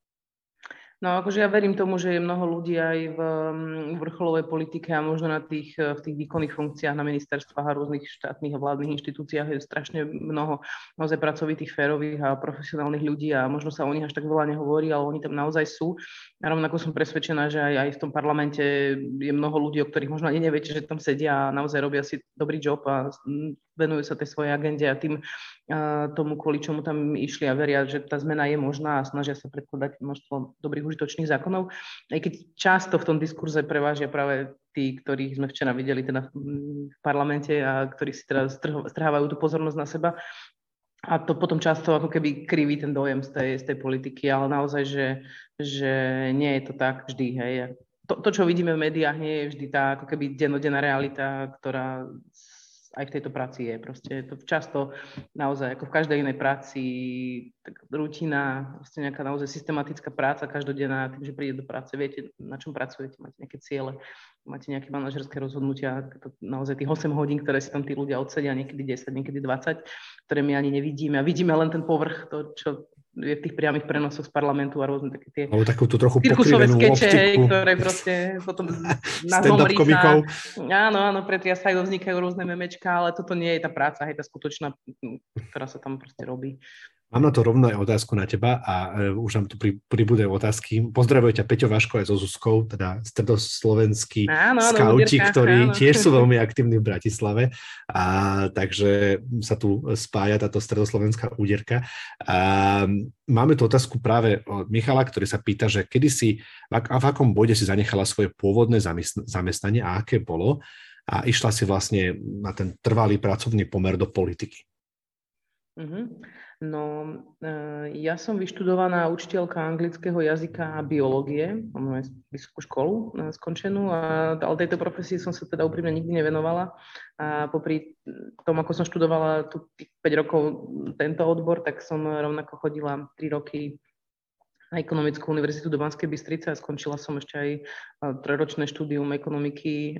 No akože ja verím tomu, že je mnoho ľudí aj v vrcholovej politike a možno na tých, v tých výkonných funkciách na ministerstvách a rôznych štátnych a vládnych inštitúciách je strašne mnoho naozaj pracovitých, férových a profesionálnych ľudí a možno sa o nich až tak veľa nehovorí, ale oni tam naozaj sú. A rovnako som presvedčená, že aj, aj v tom parlamente je mnoho ľudí, o ktorých možno ani neviete, že tam sedia a naozaj robia si dobrý job a venujú sa tej svojej agende a tým tomu, kvôli čomu tam išli a veria, že tá zmena je možná a snažia sa predkladať množstvo dobrých užitočných zákonov. Aj keď často v tom diskurze prevážia práve tí, ktorých sme včera videli teda v parlamente a ktorí si teda strhávajú tú pozornosť na seba. A to potom často ako keby kriví ten dojem z tej, z tej politiky, ale naozaj, že, že nie je to tak vždy. Hej. To, to, čo vidíme v médiách, nie je vždy tá ako keby dennodenná realita, ktorá aj v tejto práci je. Proste je to často naozaj, ako v každej inej práci, tak rutina, proste nejaká naozaj systematická práca každodenná, tým, že príde do práce, viete, na čom pracujete, máte nejaké ciele, máte nejaké manažerské rozhodnutia, to, naozaj tých osem hodín, ktoré si tam tí ľudia odsedia, niekedy desať, niekedy dvadsať, ktoré my ani nevidíme. A vidíme len ten povrch, to, čo je v tých priamých prenosoch z parlamentu a rôzne také tie alebo takú tú trochu cirkusové pokrivenú skeče, hej, ktoré proste potom na zomri sa. Áno, áno, pretriasajú, vznikajú rôzne memečka, ale toto nie je tá práca, hej, tá skutočná, ktorá sa tam proste robí. Mám na to rovno aj otázku na teba a uh, už nám tu pri, pribúdajú otázky. Pozdravujem ťa Peťo Vaško aj so Zuzkou, teda stredoslovenskí áno, áno, skauti, úderka, ktorí áno. tiež sú veľmi aktívni v Bratislave. A, takže sa tu spája táto stredoslovenská úderka. A, máme tu otázku práve od Michala, ktorý sa pýta, že kedy si, a v akom bode si zanechala svoje pôvodné zamestnanie a aké bolo a išla si vlastne na ten trvalý pracovný pomer do politiky. Mm-hmm. No, ja som vyštudovaná učiteľka anglického jazyka a biológie, mám vysokú školu skončenú, a, ale tejto profesii som sa teda úprimne nikdy nevenovala. A popri tom, ako som študovala tu tých päť rokov tento odbor, tak som rovnako chodila tri roky na Ekonomickú univerzitu do Banskej Bystrice a skončila som ešte aj trojročné štúdium ekonomiky,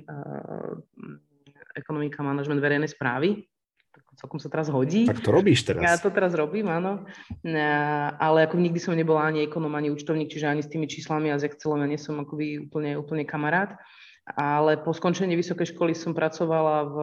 ekonomika, manažment verejnej správy. Celkom sa teraz hodí. Tak to robíš teraz. Ja to teraz robím, áno. Ale ako nikdy som nebola ani ekonom, ani účtovník, čiže ani s tými číslami a s Excelom ja nie som akoby úplne, úplne kamarát. Ale po skončení vysokej školy som pracovala v,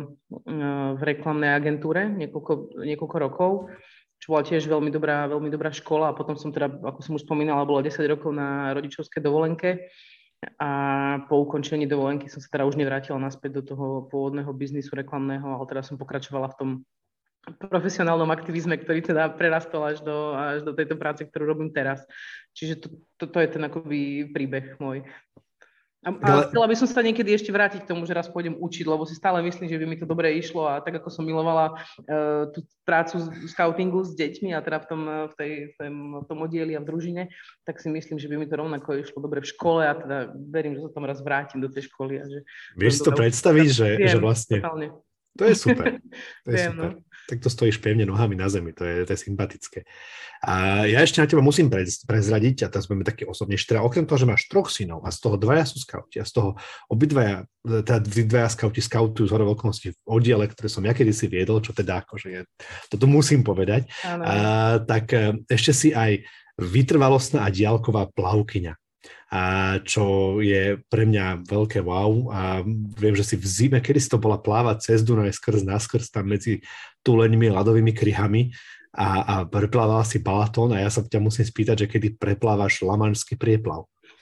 v reklamnej agentúre niekoľko, niekoľko rokov, čo bola tiež veľmi dobrá, veľmi dobrá škola. A potom som teda, ako som už spomínala, bola desať rokov na rodičovskej dovolenke. A po ukončení dovolenky som sa teda už nevrátila naspäť do toho pôvodného biznisu reklamného, ale teda som pokračovala v tom profesionálnom aktivizme, ktorý teda prerastol až do, až do tejto práce, ktorú robím teraz. Čiže to, to, to je ten akoby príbeh môj. A, a chcela by som sa niekedy ešte vrátiť k tomu, že raz pôjdem učiť, lebo si stále myslím, že by mi to dobre išlo a tak ako som milovala uh, tú prácu v scoutingu s deťmi a teda v tom, v, tej, v, tom, v tom oddieli a v družine, tak si myslím, že by mi to rovnako išlo dobre v škole a teda verím, že sa tam raz vrátim do tej školy. A že vieš si to predstaviť, že, viem, že vlastne... Totálne. To je super. To je viem, super. No. Tak to stojíš pevne nohami na zemi, to je, to je sympatické. A ja ešte na teba musím prez, prezradiť, a teraz budeme také osobnejšie, teda okrem toho, že máš troch synov a z toho dvaja sú skauti a z toho obidvaja, teda dvaja skauti skautujú z horov okolností v oddiele, ktoré som ja kedysi viedol, čo teda akože je, toto musím povedať, a, tak ešte si aj vytrvalostná a diaľková plavkyňa. A čo je pre mňa veľké wow a viem, že si v zime, kedy si to bola plávať cez Dunaj skrz naskrz tam medzi tuleňmi, ľadovými kryhami a, a preplávala si Balatón a ja sa ťa musím spýtať, že kedy preplávaš lamanšský prieplav.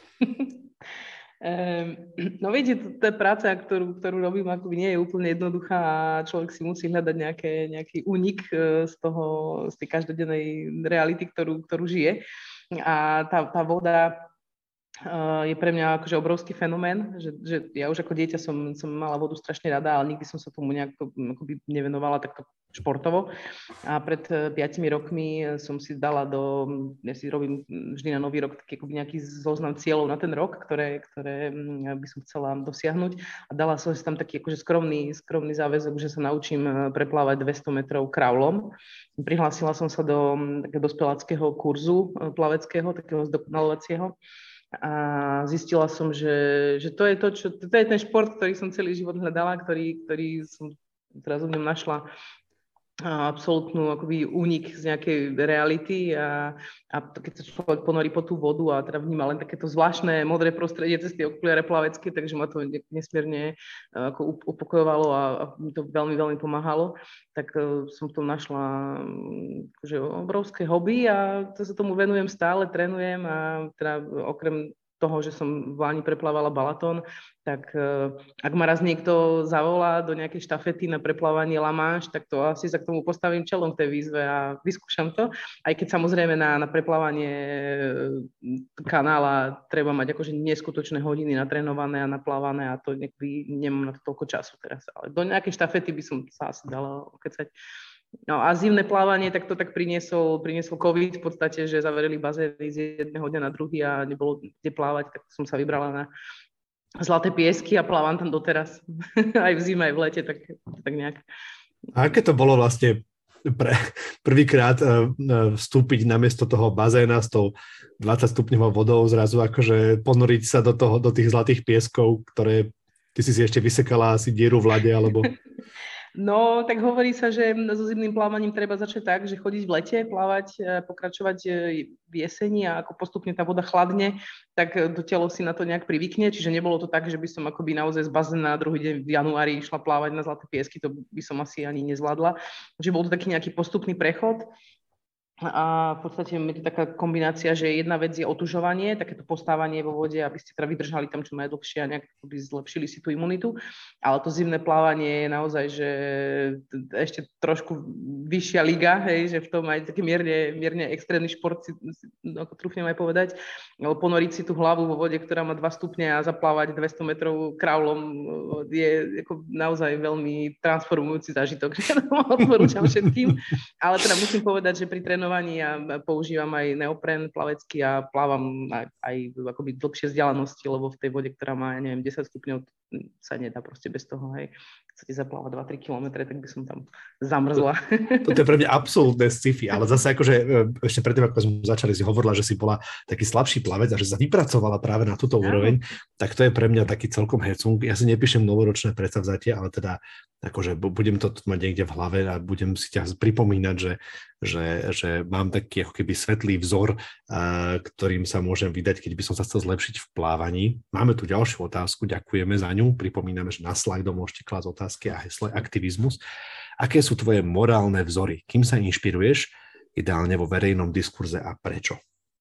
No viete, to, to je práca, ktorú, ktorú robím, akoby nie je úplne jednoduchá a človek si musí hľadať nejaké, nejaký únik z toho, z tej každodennej reality, ktorú, ktorú žije. A tá, tá voda je pre mňa akože obrovský fenomén, že, že ja už ako dieťa som, som mala vodu strašne rada, ale nikdy som sa tomu nejak akoby nevenovala takto športovo. A pred piatimi rokmi som si dala do, ja si robím vždy na nový rok taký akoby nejaký zoznam cieľov na ten rok, ktoré, ktoré by som chcela dosiahnuť. A dala som si tam taký akože skromný, skromný záväzok, že sa naučím preplávať dvesto metrov kraulom. Prihlásila som sa do takého dospeláckého kurzu plaveckého, takého zdokonalovacieho. A zistila som, že, že to je to, čo, to je ten šport, ktorý som celý život hľadala, ktorý, ktorý som teraz v ňom našla absolútnu akoby únik z nejakej reality a, a keď sa človek ponorí po tú vodu a teda vníma len takéto zvláštne modré prostredie cez tie okuliare plavecké, takže ma to nesmierne ako upokojovalo a, a mi to veľmi, veľmi pomáhalo, tak uh, som v tom našla akože obrovské hobby a to sa tomu venujem stále, trénujem a teda okrem toho, že som v Lani preplávala Balaton, tak ak ma raz niekto zavolá do nejakej štafety na preplávanie La Manche, tak to asi sa k tomu postavím čelom v tej výzve a vyskúšam to. Aj keď samozrejme na, na preplávanie kanála treba mať akože neskutočné hodiny natrénované a naplávané a to niekdy nemám na to toľko času teraz. Ale do nejakej štafety by som sa asi dala okecať. No a zimné plávanie, tak to tak priniesol, priniesol COVID v podstate, že zaverili bazény z jedného dňa na druhý a nebolo kde plávať, tak som sa vybrala na Zlaté piesky a plávam tam doteraz. Aj v zime, aj v lete, tak, tak nejak. A aké to bolo vlastne pre prvýkrát vstúpiť namiesto toho bazéna s tou dvadsať stupňovou vodou, zrazu akože ponoriť sa do toho, do tých zlatých pieskov, ktoré ty si si ešte vysekala asi dieru v lade, alebo... No, tak hovorí sa, že so zimným plávaním treba začať tak, že chodiť v lete, plávať, pokračovať v jeseni a ako postupne tá voda chladne, tak to telo si na to nejak privykne. Čiže nebolo to tak, že by som akoby naozaj z bazéna na druhý deň v januári išla plávať na Zlaté piesky, to by som asi ani nezvládla. Že bol to taký nejaký postupný prechod. A v podstate je to taká kombinácia, že jedna vec je otužovanie, takéto postávanie vo vode, aby ste teda vydržali tam čo najdlhšie a nejak by zlepšili si tú imunitu. Ale to zimné plávanie je naozaj, že ešte trošku vyššia liga, hej, že v tom aj taký mierne, mierne extrémny šport, si, ako trúfnem aj povedať, ponoriť si tú hlavu vo vode, ktorá má dva stupne a zaplávať dvesto metrov kraulom je ako naozaj veľmi transformujúci zážitok, že to odporúčam všetkým. Ale teda musím povedať, že pri trénovaní ja používam aj neopren plavecký a plávam aj, aj akoby dlhšie vzdialenosti, lebo v tej vode, ktorá má, ja neviem, desať stupňov, sa nedá proste bez toho, hej. Chcete zaplávať dva tri kilometre, tak by som tam zamrzla. Toto je pre mňa absolútne sci-fi, ale zase akože ešte predtým, ako sme začali, si hovorila, že si bola taký slabší plavec a že sa vypracovala práve na túto úroveň, tak to je pre mňa taký celkom hecung. Ja si nepíšem novoročné predsavzatie, ale teda akože budem to mať niekde v hlave a budem si ťa pripomínať, že, že, že mám taký ako keby svetlý vzor, ktorým sa môžem vydať, keď by som sa chcel zlepšiť v plávaní. Máme tu ďalšiu otázku, ďakujeme za ňu. Pripomíname, že na slajdom môžete klásť otázky a hesle aktivizmus. Aké sú tvoje morálne vzory? Kým sa inšpiruješ? Ideálne vo verejnom diskurze a prečo?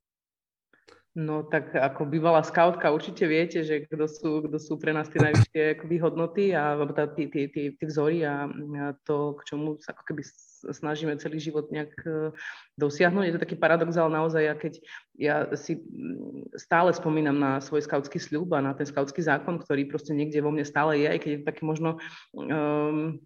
No tak ako bývalá skautka určite viete, že kto sú, kto sú pre nás tie najvyššie akoby hodnoty a tí, tí, tí, tí vzory a, a to, k čomu sa ako keby snažíme celý život nejak dosiahnuť. Je to taký paradox, ale naozaj, ja keď ja si stále spomínam na svoj skautský sľub a na ten skautský zákon, ktorý proste niekde vo mne stále je, aj keď je to také možno... Um,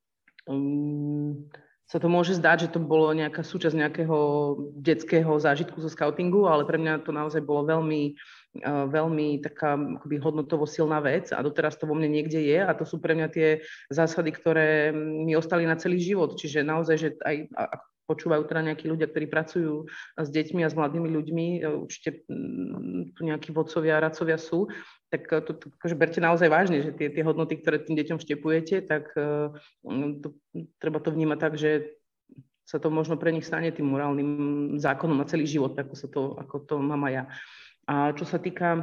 um, sa to môže zdať, že to bolo nejaká súčasť nejakého detského zážitku zo skautingu, ale pre mňa to naozaj bolo veľmi, veľmi taká akoby hodnotovo silná vec a doteraz to vo mne niekde je a to sú pre mňa tie zásady, ktoré mi ostali na celý život. Čiže naozaj, že aj ak počúvajú teda nejakí ľudia, ktorí pracujú s deťmi a s mladými ľuďmi, určite tu nejakí vodcovia a radcovia sú, tak to, to akože berte naozaj vážne, že tie, tie hodnoty, ktoré tým deťom vštepujete, tak uh, to, treba to vnímať tak, že sa to možno pre nich stane tým morálnym zákonom na celý život, ako, sa to, ako to mám aj ja. A čo sa týka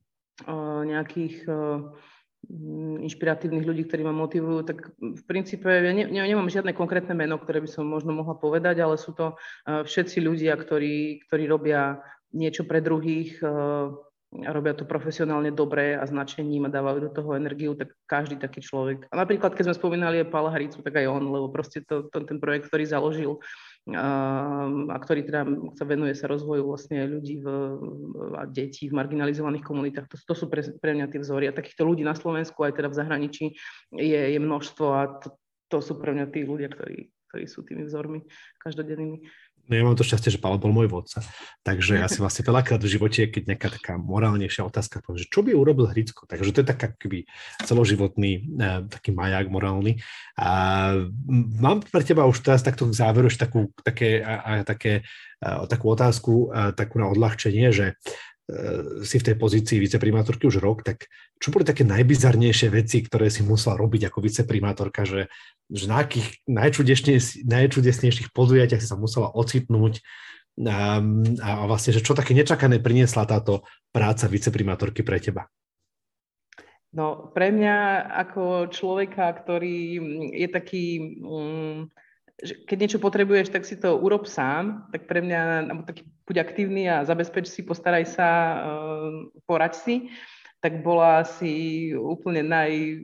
uh, nejakých uh, inšpiratívnych ľudí, ktorí ma motivujú, tak v princípe ja ne, ne, nemám žiadne konkrétne meno, ktoré by som možno mohla povedať, ale sú to uh, všetci ľudia, ktorí, ktorí robia niečo pre druhých, uh, robia to profesionálne dobre a značením a dávajú do toho energiu, tak každý taký človek. A napríklad, keď sme spomínali aj Pála Hricu, tak aj on, lebo proste to, to, ten projekt, ktorý založil a, a ktorý teda sa venuje sa rozvoju vlastne ľudí v, a detí v marginalizovaných komunitách, to, to sú pre, pre mňa tie vzory. A takýchto ľudí na Slovensku, aj teda v zahraničí je, je množstvo a to, to sú pre mňa tí ľudia, ktorí, ktorí sú tými vzormi každodennými. No ja mám to šťastie, že Pálo bol môj vodca, takže ja si vlastne veľakrát v živote, keď nejaká taká morálnejšia otázka poviem, že čo by urobil Hricko, takže to je taká keby celoživotný eh, taký maják morálny. A mám pre teba už teraz takto k záveru ešte takú, také, a, a, také, a, takú otázku, a, takú na odľahčenie, že si v tej pozícii viceprimátorky už rok, tak čo boli také najbizarnejšie veci, ktoré si musela robiť ako viceprimátorka, že, že na akých najčudesnejších podujatiach si sa musela ocitnúť a, a vlastne, že čo také nečakané priniesla táto práca viceprimátorky pre teba? No, pre mňa ako človeka, ktorý je taký... Um, že keď niečo potrebuješ, tak si to urob sám, tak pre mňa, alebo taký buď aktívny a zabezpeč si, postaraj sa, uh, poraď si, tak bola asi úplne naj...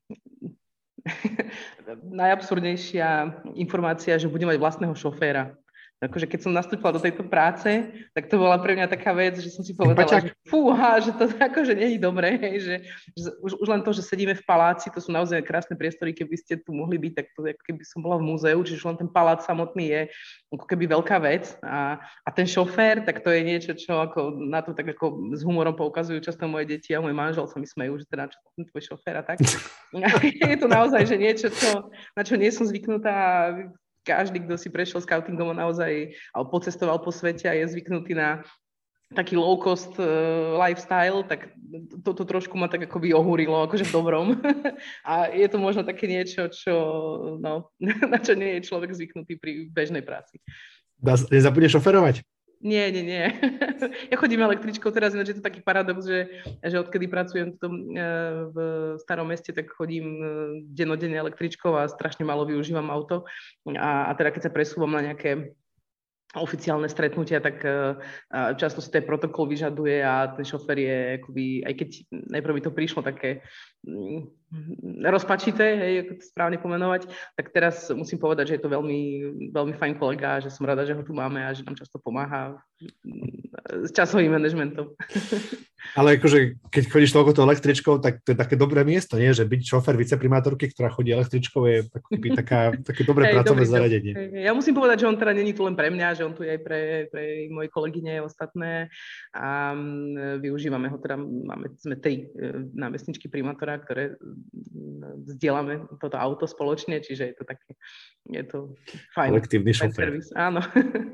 najabsurdnejšia informácia, že budem mať vlastného šoféra. Akože keď som nastúpila do tejto práce, tak to bola pre mňa taká vec, že som si povedala, že fúha, že to akože nie je dobré, že, že už, už len to, že sedíme v paláci, to sú naozaj krásne priestory, keby ste tu mohli byť, tak to ako keby som bola v múzeu, čiže len ten palác samotný je ako keby veľká vec a, a ten šofér, tak to je niečo, čo ako na to tak ako s humorom poukazujú často moje deti a môj manžel sa mi smejú, že teda čo ten tvoj šofér a tak. Je to naozaj, že niečo, čo, na čo nie som zvyknutá. Každý, kto si prešiel scoutingom naozaj, alebo pocestoval po svete a je zvyknutý na taký low-cost uh, lifestyle, tak toto trošku ma tak akoby ohúrilo, akože v dobrom. A je to možno také niečo, čo, no, na čo nie je človek zvyknutý pri bežnej práci. Nezabudneš šoferovať? Nie, nie, nie. Ja chodím električkou teraz, ináč je to taký paradox, že, že odkedy pracujem v, tom, v starom meste, tak chodím dennodenne električkou a strašne málo využívam auto. A, a teda keď sa presúvam na nejaké oficiálne stretnutia, tak uh, často si ten protokol vyžaduje a ten šofér je akoby, aj keď najprv by to prišlo také um, rozpačité, hej, ako to správne pomenovať, tak teraz musím povedať, že je to veľmi, veľmi fajn kolega, že som rada, že ho tu máme a že nám často pomáha s časovým manažmentom. Ale akože, keď chodíš toľko električkou, tak to je také dobré miesto, nie? Že byť šofér viceprimátorky, ktorá chodí električkou, je taká, také dobré hey, pracovné zariadenie. Hey, ja musím povedať, že on teda není tu len pre mňa, že on tu je aj pre, pre moje kolegyne ostatné a využívame ho, teda máme, sme tri námestničky primátora, ktoré zdieľame toto auto spoločne, čiže je to také, je to fajn. Kolektívny šofér. Áno.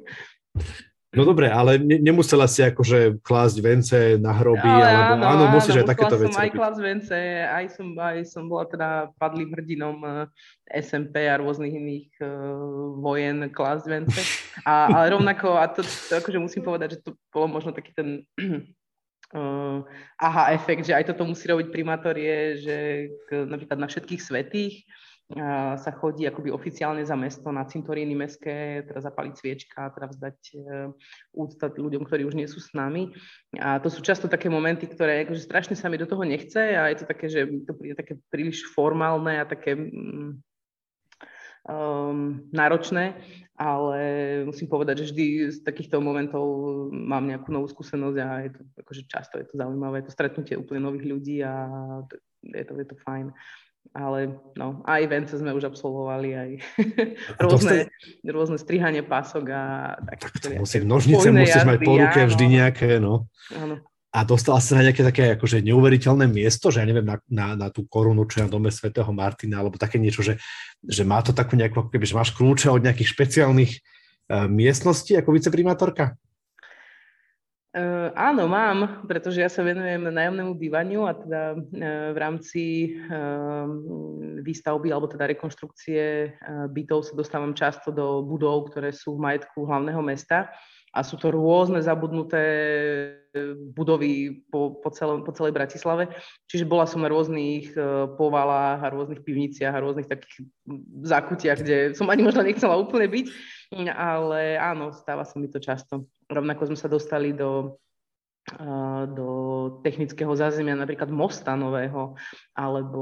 No dobre, ale ne, nemusela si akože klásť vence na hroby, ale alebo áno, áno musíš aj takéto veci robiť. Musela som aj klásť vence, aj som, aj som bola teda padlým hrdinom es em pé a rôznych iných uh, vojen klásť vence. A, ale rovnako, a to, to akože musím povedať, že to bolo možno taký ten uh, aha efekt, že aj toto musí robiť primátor, je, že k, napríklad na všetkých svätých sa chodí akoby oficiálne za mesto na cintoríny mestské, teda zapaliť sviečka, teda vzdať úcta ľuďom, ktorí už nie sú s nami. A to sú často také momenty, ktoré akože strašne sa mi do toho nechce a je to také, že to príde také príliš formálne a také um, náročné, ale musím povedať, že vždy z takýchto momentov mám nejakú novú skúsenosť a je to akože často je to zaujímavé, je to stretnutie úplne nových ľudí a je to, je to fajn. Ale no, aj vence sme už absolvovali, aj rôzne, ste... rôzne strihanie pások a tak. Tak to musí, nožnice musíš mať po ruke vždy nejaké, no. Áno. A dostala sa na nejaké také akože neuveriteľné miesto, že ja neviem, na, na, na tú korunu, čo je na dome svätého Martina, alebo také niečo, že, že má to takú nejakú, keby, že máš kľúče od nejakých špeciálnych uh, miestností ako viceprimátorka? Uh, áno, mám, pretože ja sa venujem nájomnému bývaniu a teda uh, v rámci uh, výstavby alebo teda rekonštrukcie uh, bytov sa dostávam často do budov, ktoré sú v majetku hlavného mesta a sú to rôzne zabudnuté budovy po, po, celom, po celej Bratislave. Čiže bola som na rôznych uh, povalách a rôznych pivniciach a rôznych takých zákutiach, kde som ani možno nechcela úplne byť, ale áno, stáva sa mi to často. Rovnako sme sa dostali do, uh, do technického zázemia napríklad mosta nového alebo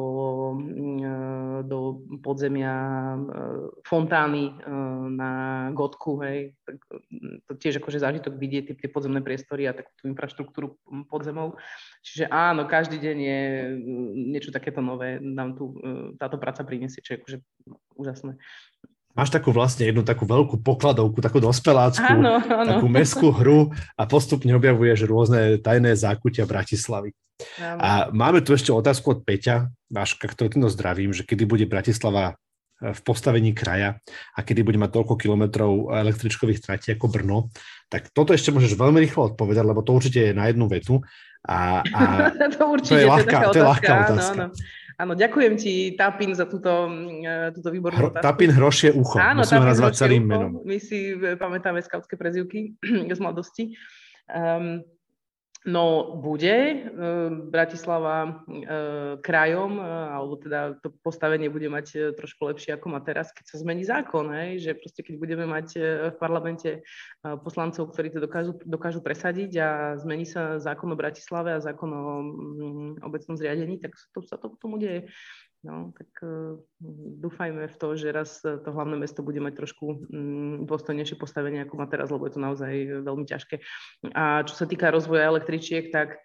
uh, do podzemia uh, fontány uh, na Gotku. Hej. Tak, to tiež akože zážitok vidieť tie, tie podzemné priestory a takú tú infraštruktúru podzemov. Čiže áno, každý deň je niečo takéto nové. Nám tu uh, táto práca prinesie, čo je akože úžasné. Máš takú vlastne jednu takú veľkú pokladovku, takú dospelácku, áno, áno. takú mestskú hru a postupne objavuješ rôzne tajné zákutia Bratislavy. Áno. A máme tu ešte otázku od Peťa, Váška, ktorú týmto zdravím, že kedy bude Bratislava v postavení kraja a kedy bude mať toľko kilometrov električkových tratí ako Brno. Tak toto ešte môžeš veľmi rýchlo odpovedať, lebo to určite je na jednu vetu. A, a to určite to je ľahká, to je ľahká otázka. Áno, áno. Áno, ďakujem ti, Tapin, za túto, túto výbornú Hro, otázku. Tapin hrošie ucho, áno, musíme ho nazvať celým ucho. Menom. My si pamätáme skautské prezývky z mladosti. Um, No, bude. Bratislava krajom, alebo teda to postavenie bude mať trošku lepšie, ako má teraz, keď sa zmení zákon, hej? Že proste keď budeme mať v parlamente poslancov, ktorí to dokážu, dokážu presadiť a zmení sa zákon o Bratislave a zákon o obecnom zriadení, tak to sa to k tomu deje. No, tak uh, dúfajme v to, že raz to hlavné mesto bude mať trošku um, dôstojnejšie postavenie, ako má teraz, lebo je to naozaj veľmi ťažké. A čo sa týka rozvoja električiek, tak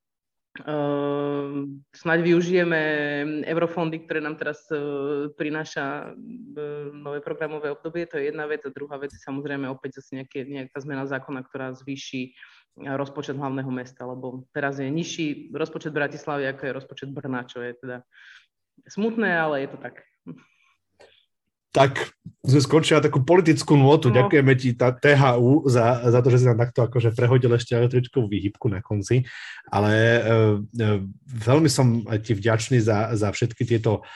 uh, snáď využijeme eurofondy, ktoré nám teraz uh, prináša uh, nové programové obdobie, to je jedna vec. A druhá vec je samozrejme opäť zase nejaké, nejaká zmena zákona, ktorá zvýši rozpočet hlavného mesta, lebo teraz je nižší rozpočet Bratislavy, ako je rozpočet Brna, čo je teda smutné, ale je to tak. Tak sme skončili na takú politickú nôtu. No. Ďakujeme ti tá té há ú za, za to, že si nám takto akože prehodil ešte električkovú výhybku na konci. Ale e, e, veľmi som ti vďačný za, za všetky tieto e,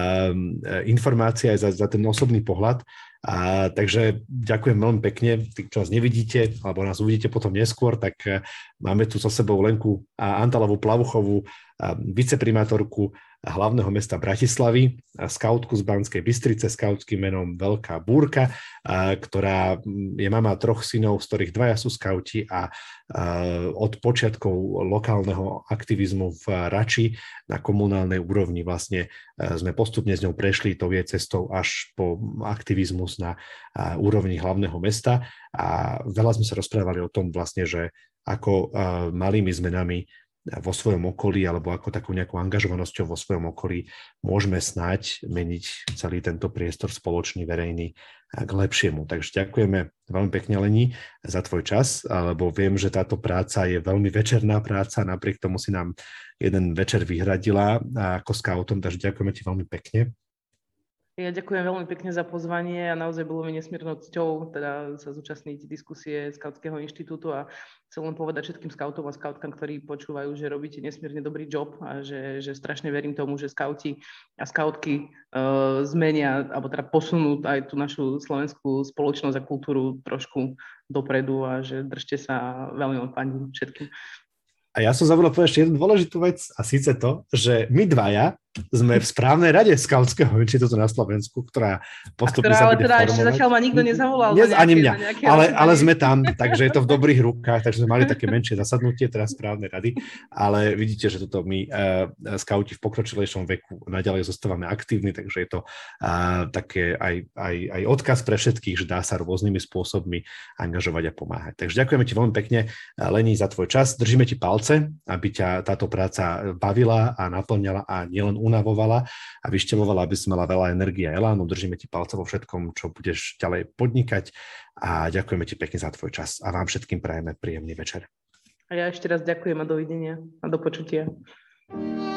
informácie aj za, za ten osobný pohľad. A, takže ďakujem veľmi pekne. Tí, čo nás nevidíte, alebo nás uvidíte potom neskôr, tak e, máme tu so sebou Lenku Antalovú Plavuchovú, viceprimátorku hlavného mesta Bratislavy, skautku z Banskej Bystrice, skautským menom Veľká búrka, ktorá je mama troch synov, z ktorých dvaja sú skauti a od počiatkov lokálneho aktivizmu v Rači na komunálnej úrovni vlastne sme postupne s ňou prešli tou jej cestou až po aktivizmus na úrovni hlavného mesta a veľa sme sa rozprávali o tom vlastne, že ako malými zmenami vo svojom okolí alebo ako takou nejakou angažovanosťou vo svojom okolí môžeme snáď meniť celý tento priestor spoločný, verejný k lepšiemu. Takže ďakujeme veľmi pekne, Leni, za tvoj čas, lebo viem, že táto práca je veľmi večerná práca, napriek tomu si nám jeden večer vyhradila ako skautom, takže ďakujeme ti veľmi pekne. Ja ďakujem veľmi pekne za pozvanie a naozaj bolo mi nesmiernou cťou teda sa zúčastniť diskusie Skautského inštitútu a chcem len povedať všetkým skautom a skautkám, ktorí počúvajú, že robíte nesmierne dobrý job a že, že strašne verím tomu, že skauti a skautky uh, zmenia alebo teda posunú aj tú našu slovenskú spoločnosť a kultúru trošku dopredu a že držte sa, veľmi vám fandím všetkým. A ja som zabudol povedať ešte jednu dôležitú vec a síce to, že my dvaja sme v správnej rade Skautského inštitútu na Slovensku, ktorá postupne sa bude teda formovať. Ešte zatiaľ ma nikto nezavolal. Nie, nejaké, ani mňa, ale, ale sme tam, takže je to v dobrých rukách, takže sme mali také menšie zasadnutie teraz správnej rady, ale vidíte, že toto my uh, skauti v pokročilejšom veku naďalej zostávame aktívni, takže je to uh, také aj, aj, aj odkaz pre všetkých, že dá sa rôznymi spôsobmi angažovať a pomáhať. Takže ďakujeme ti veľmi pekne, Leni, za tvoj čas. Držíme ti palce, aby ťa táto práca bavila a naplňala a nielen unavovala a vyšťavovala, aby si mala veľa energie a elánu. Držíme ti palce vo všetkom, čo budeš ďalej podnikať a ďakujeme ti pekne za tvoj čas a vám všetkým prajeme príjemný večer. A ja ešte raz ďakujem a dovidenia a do počutia.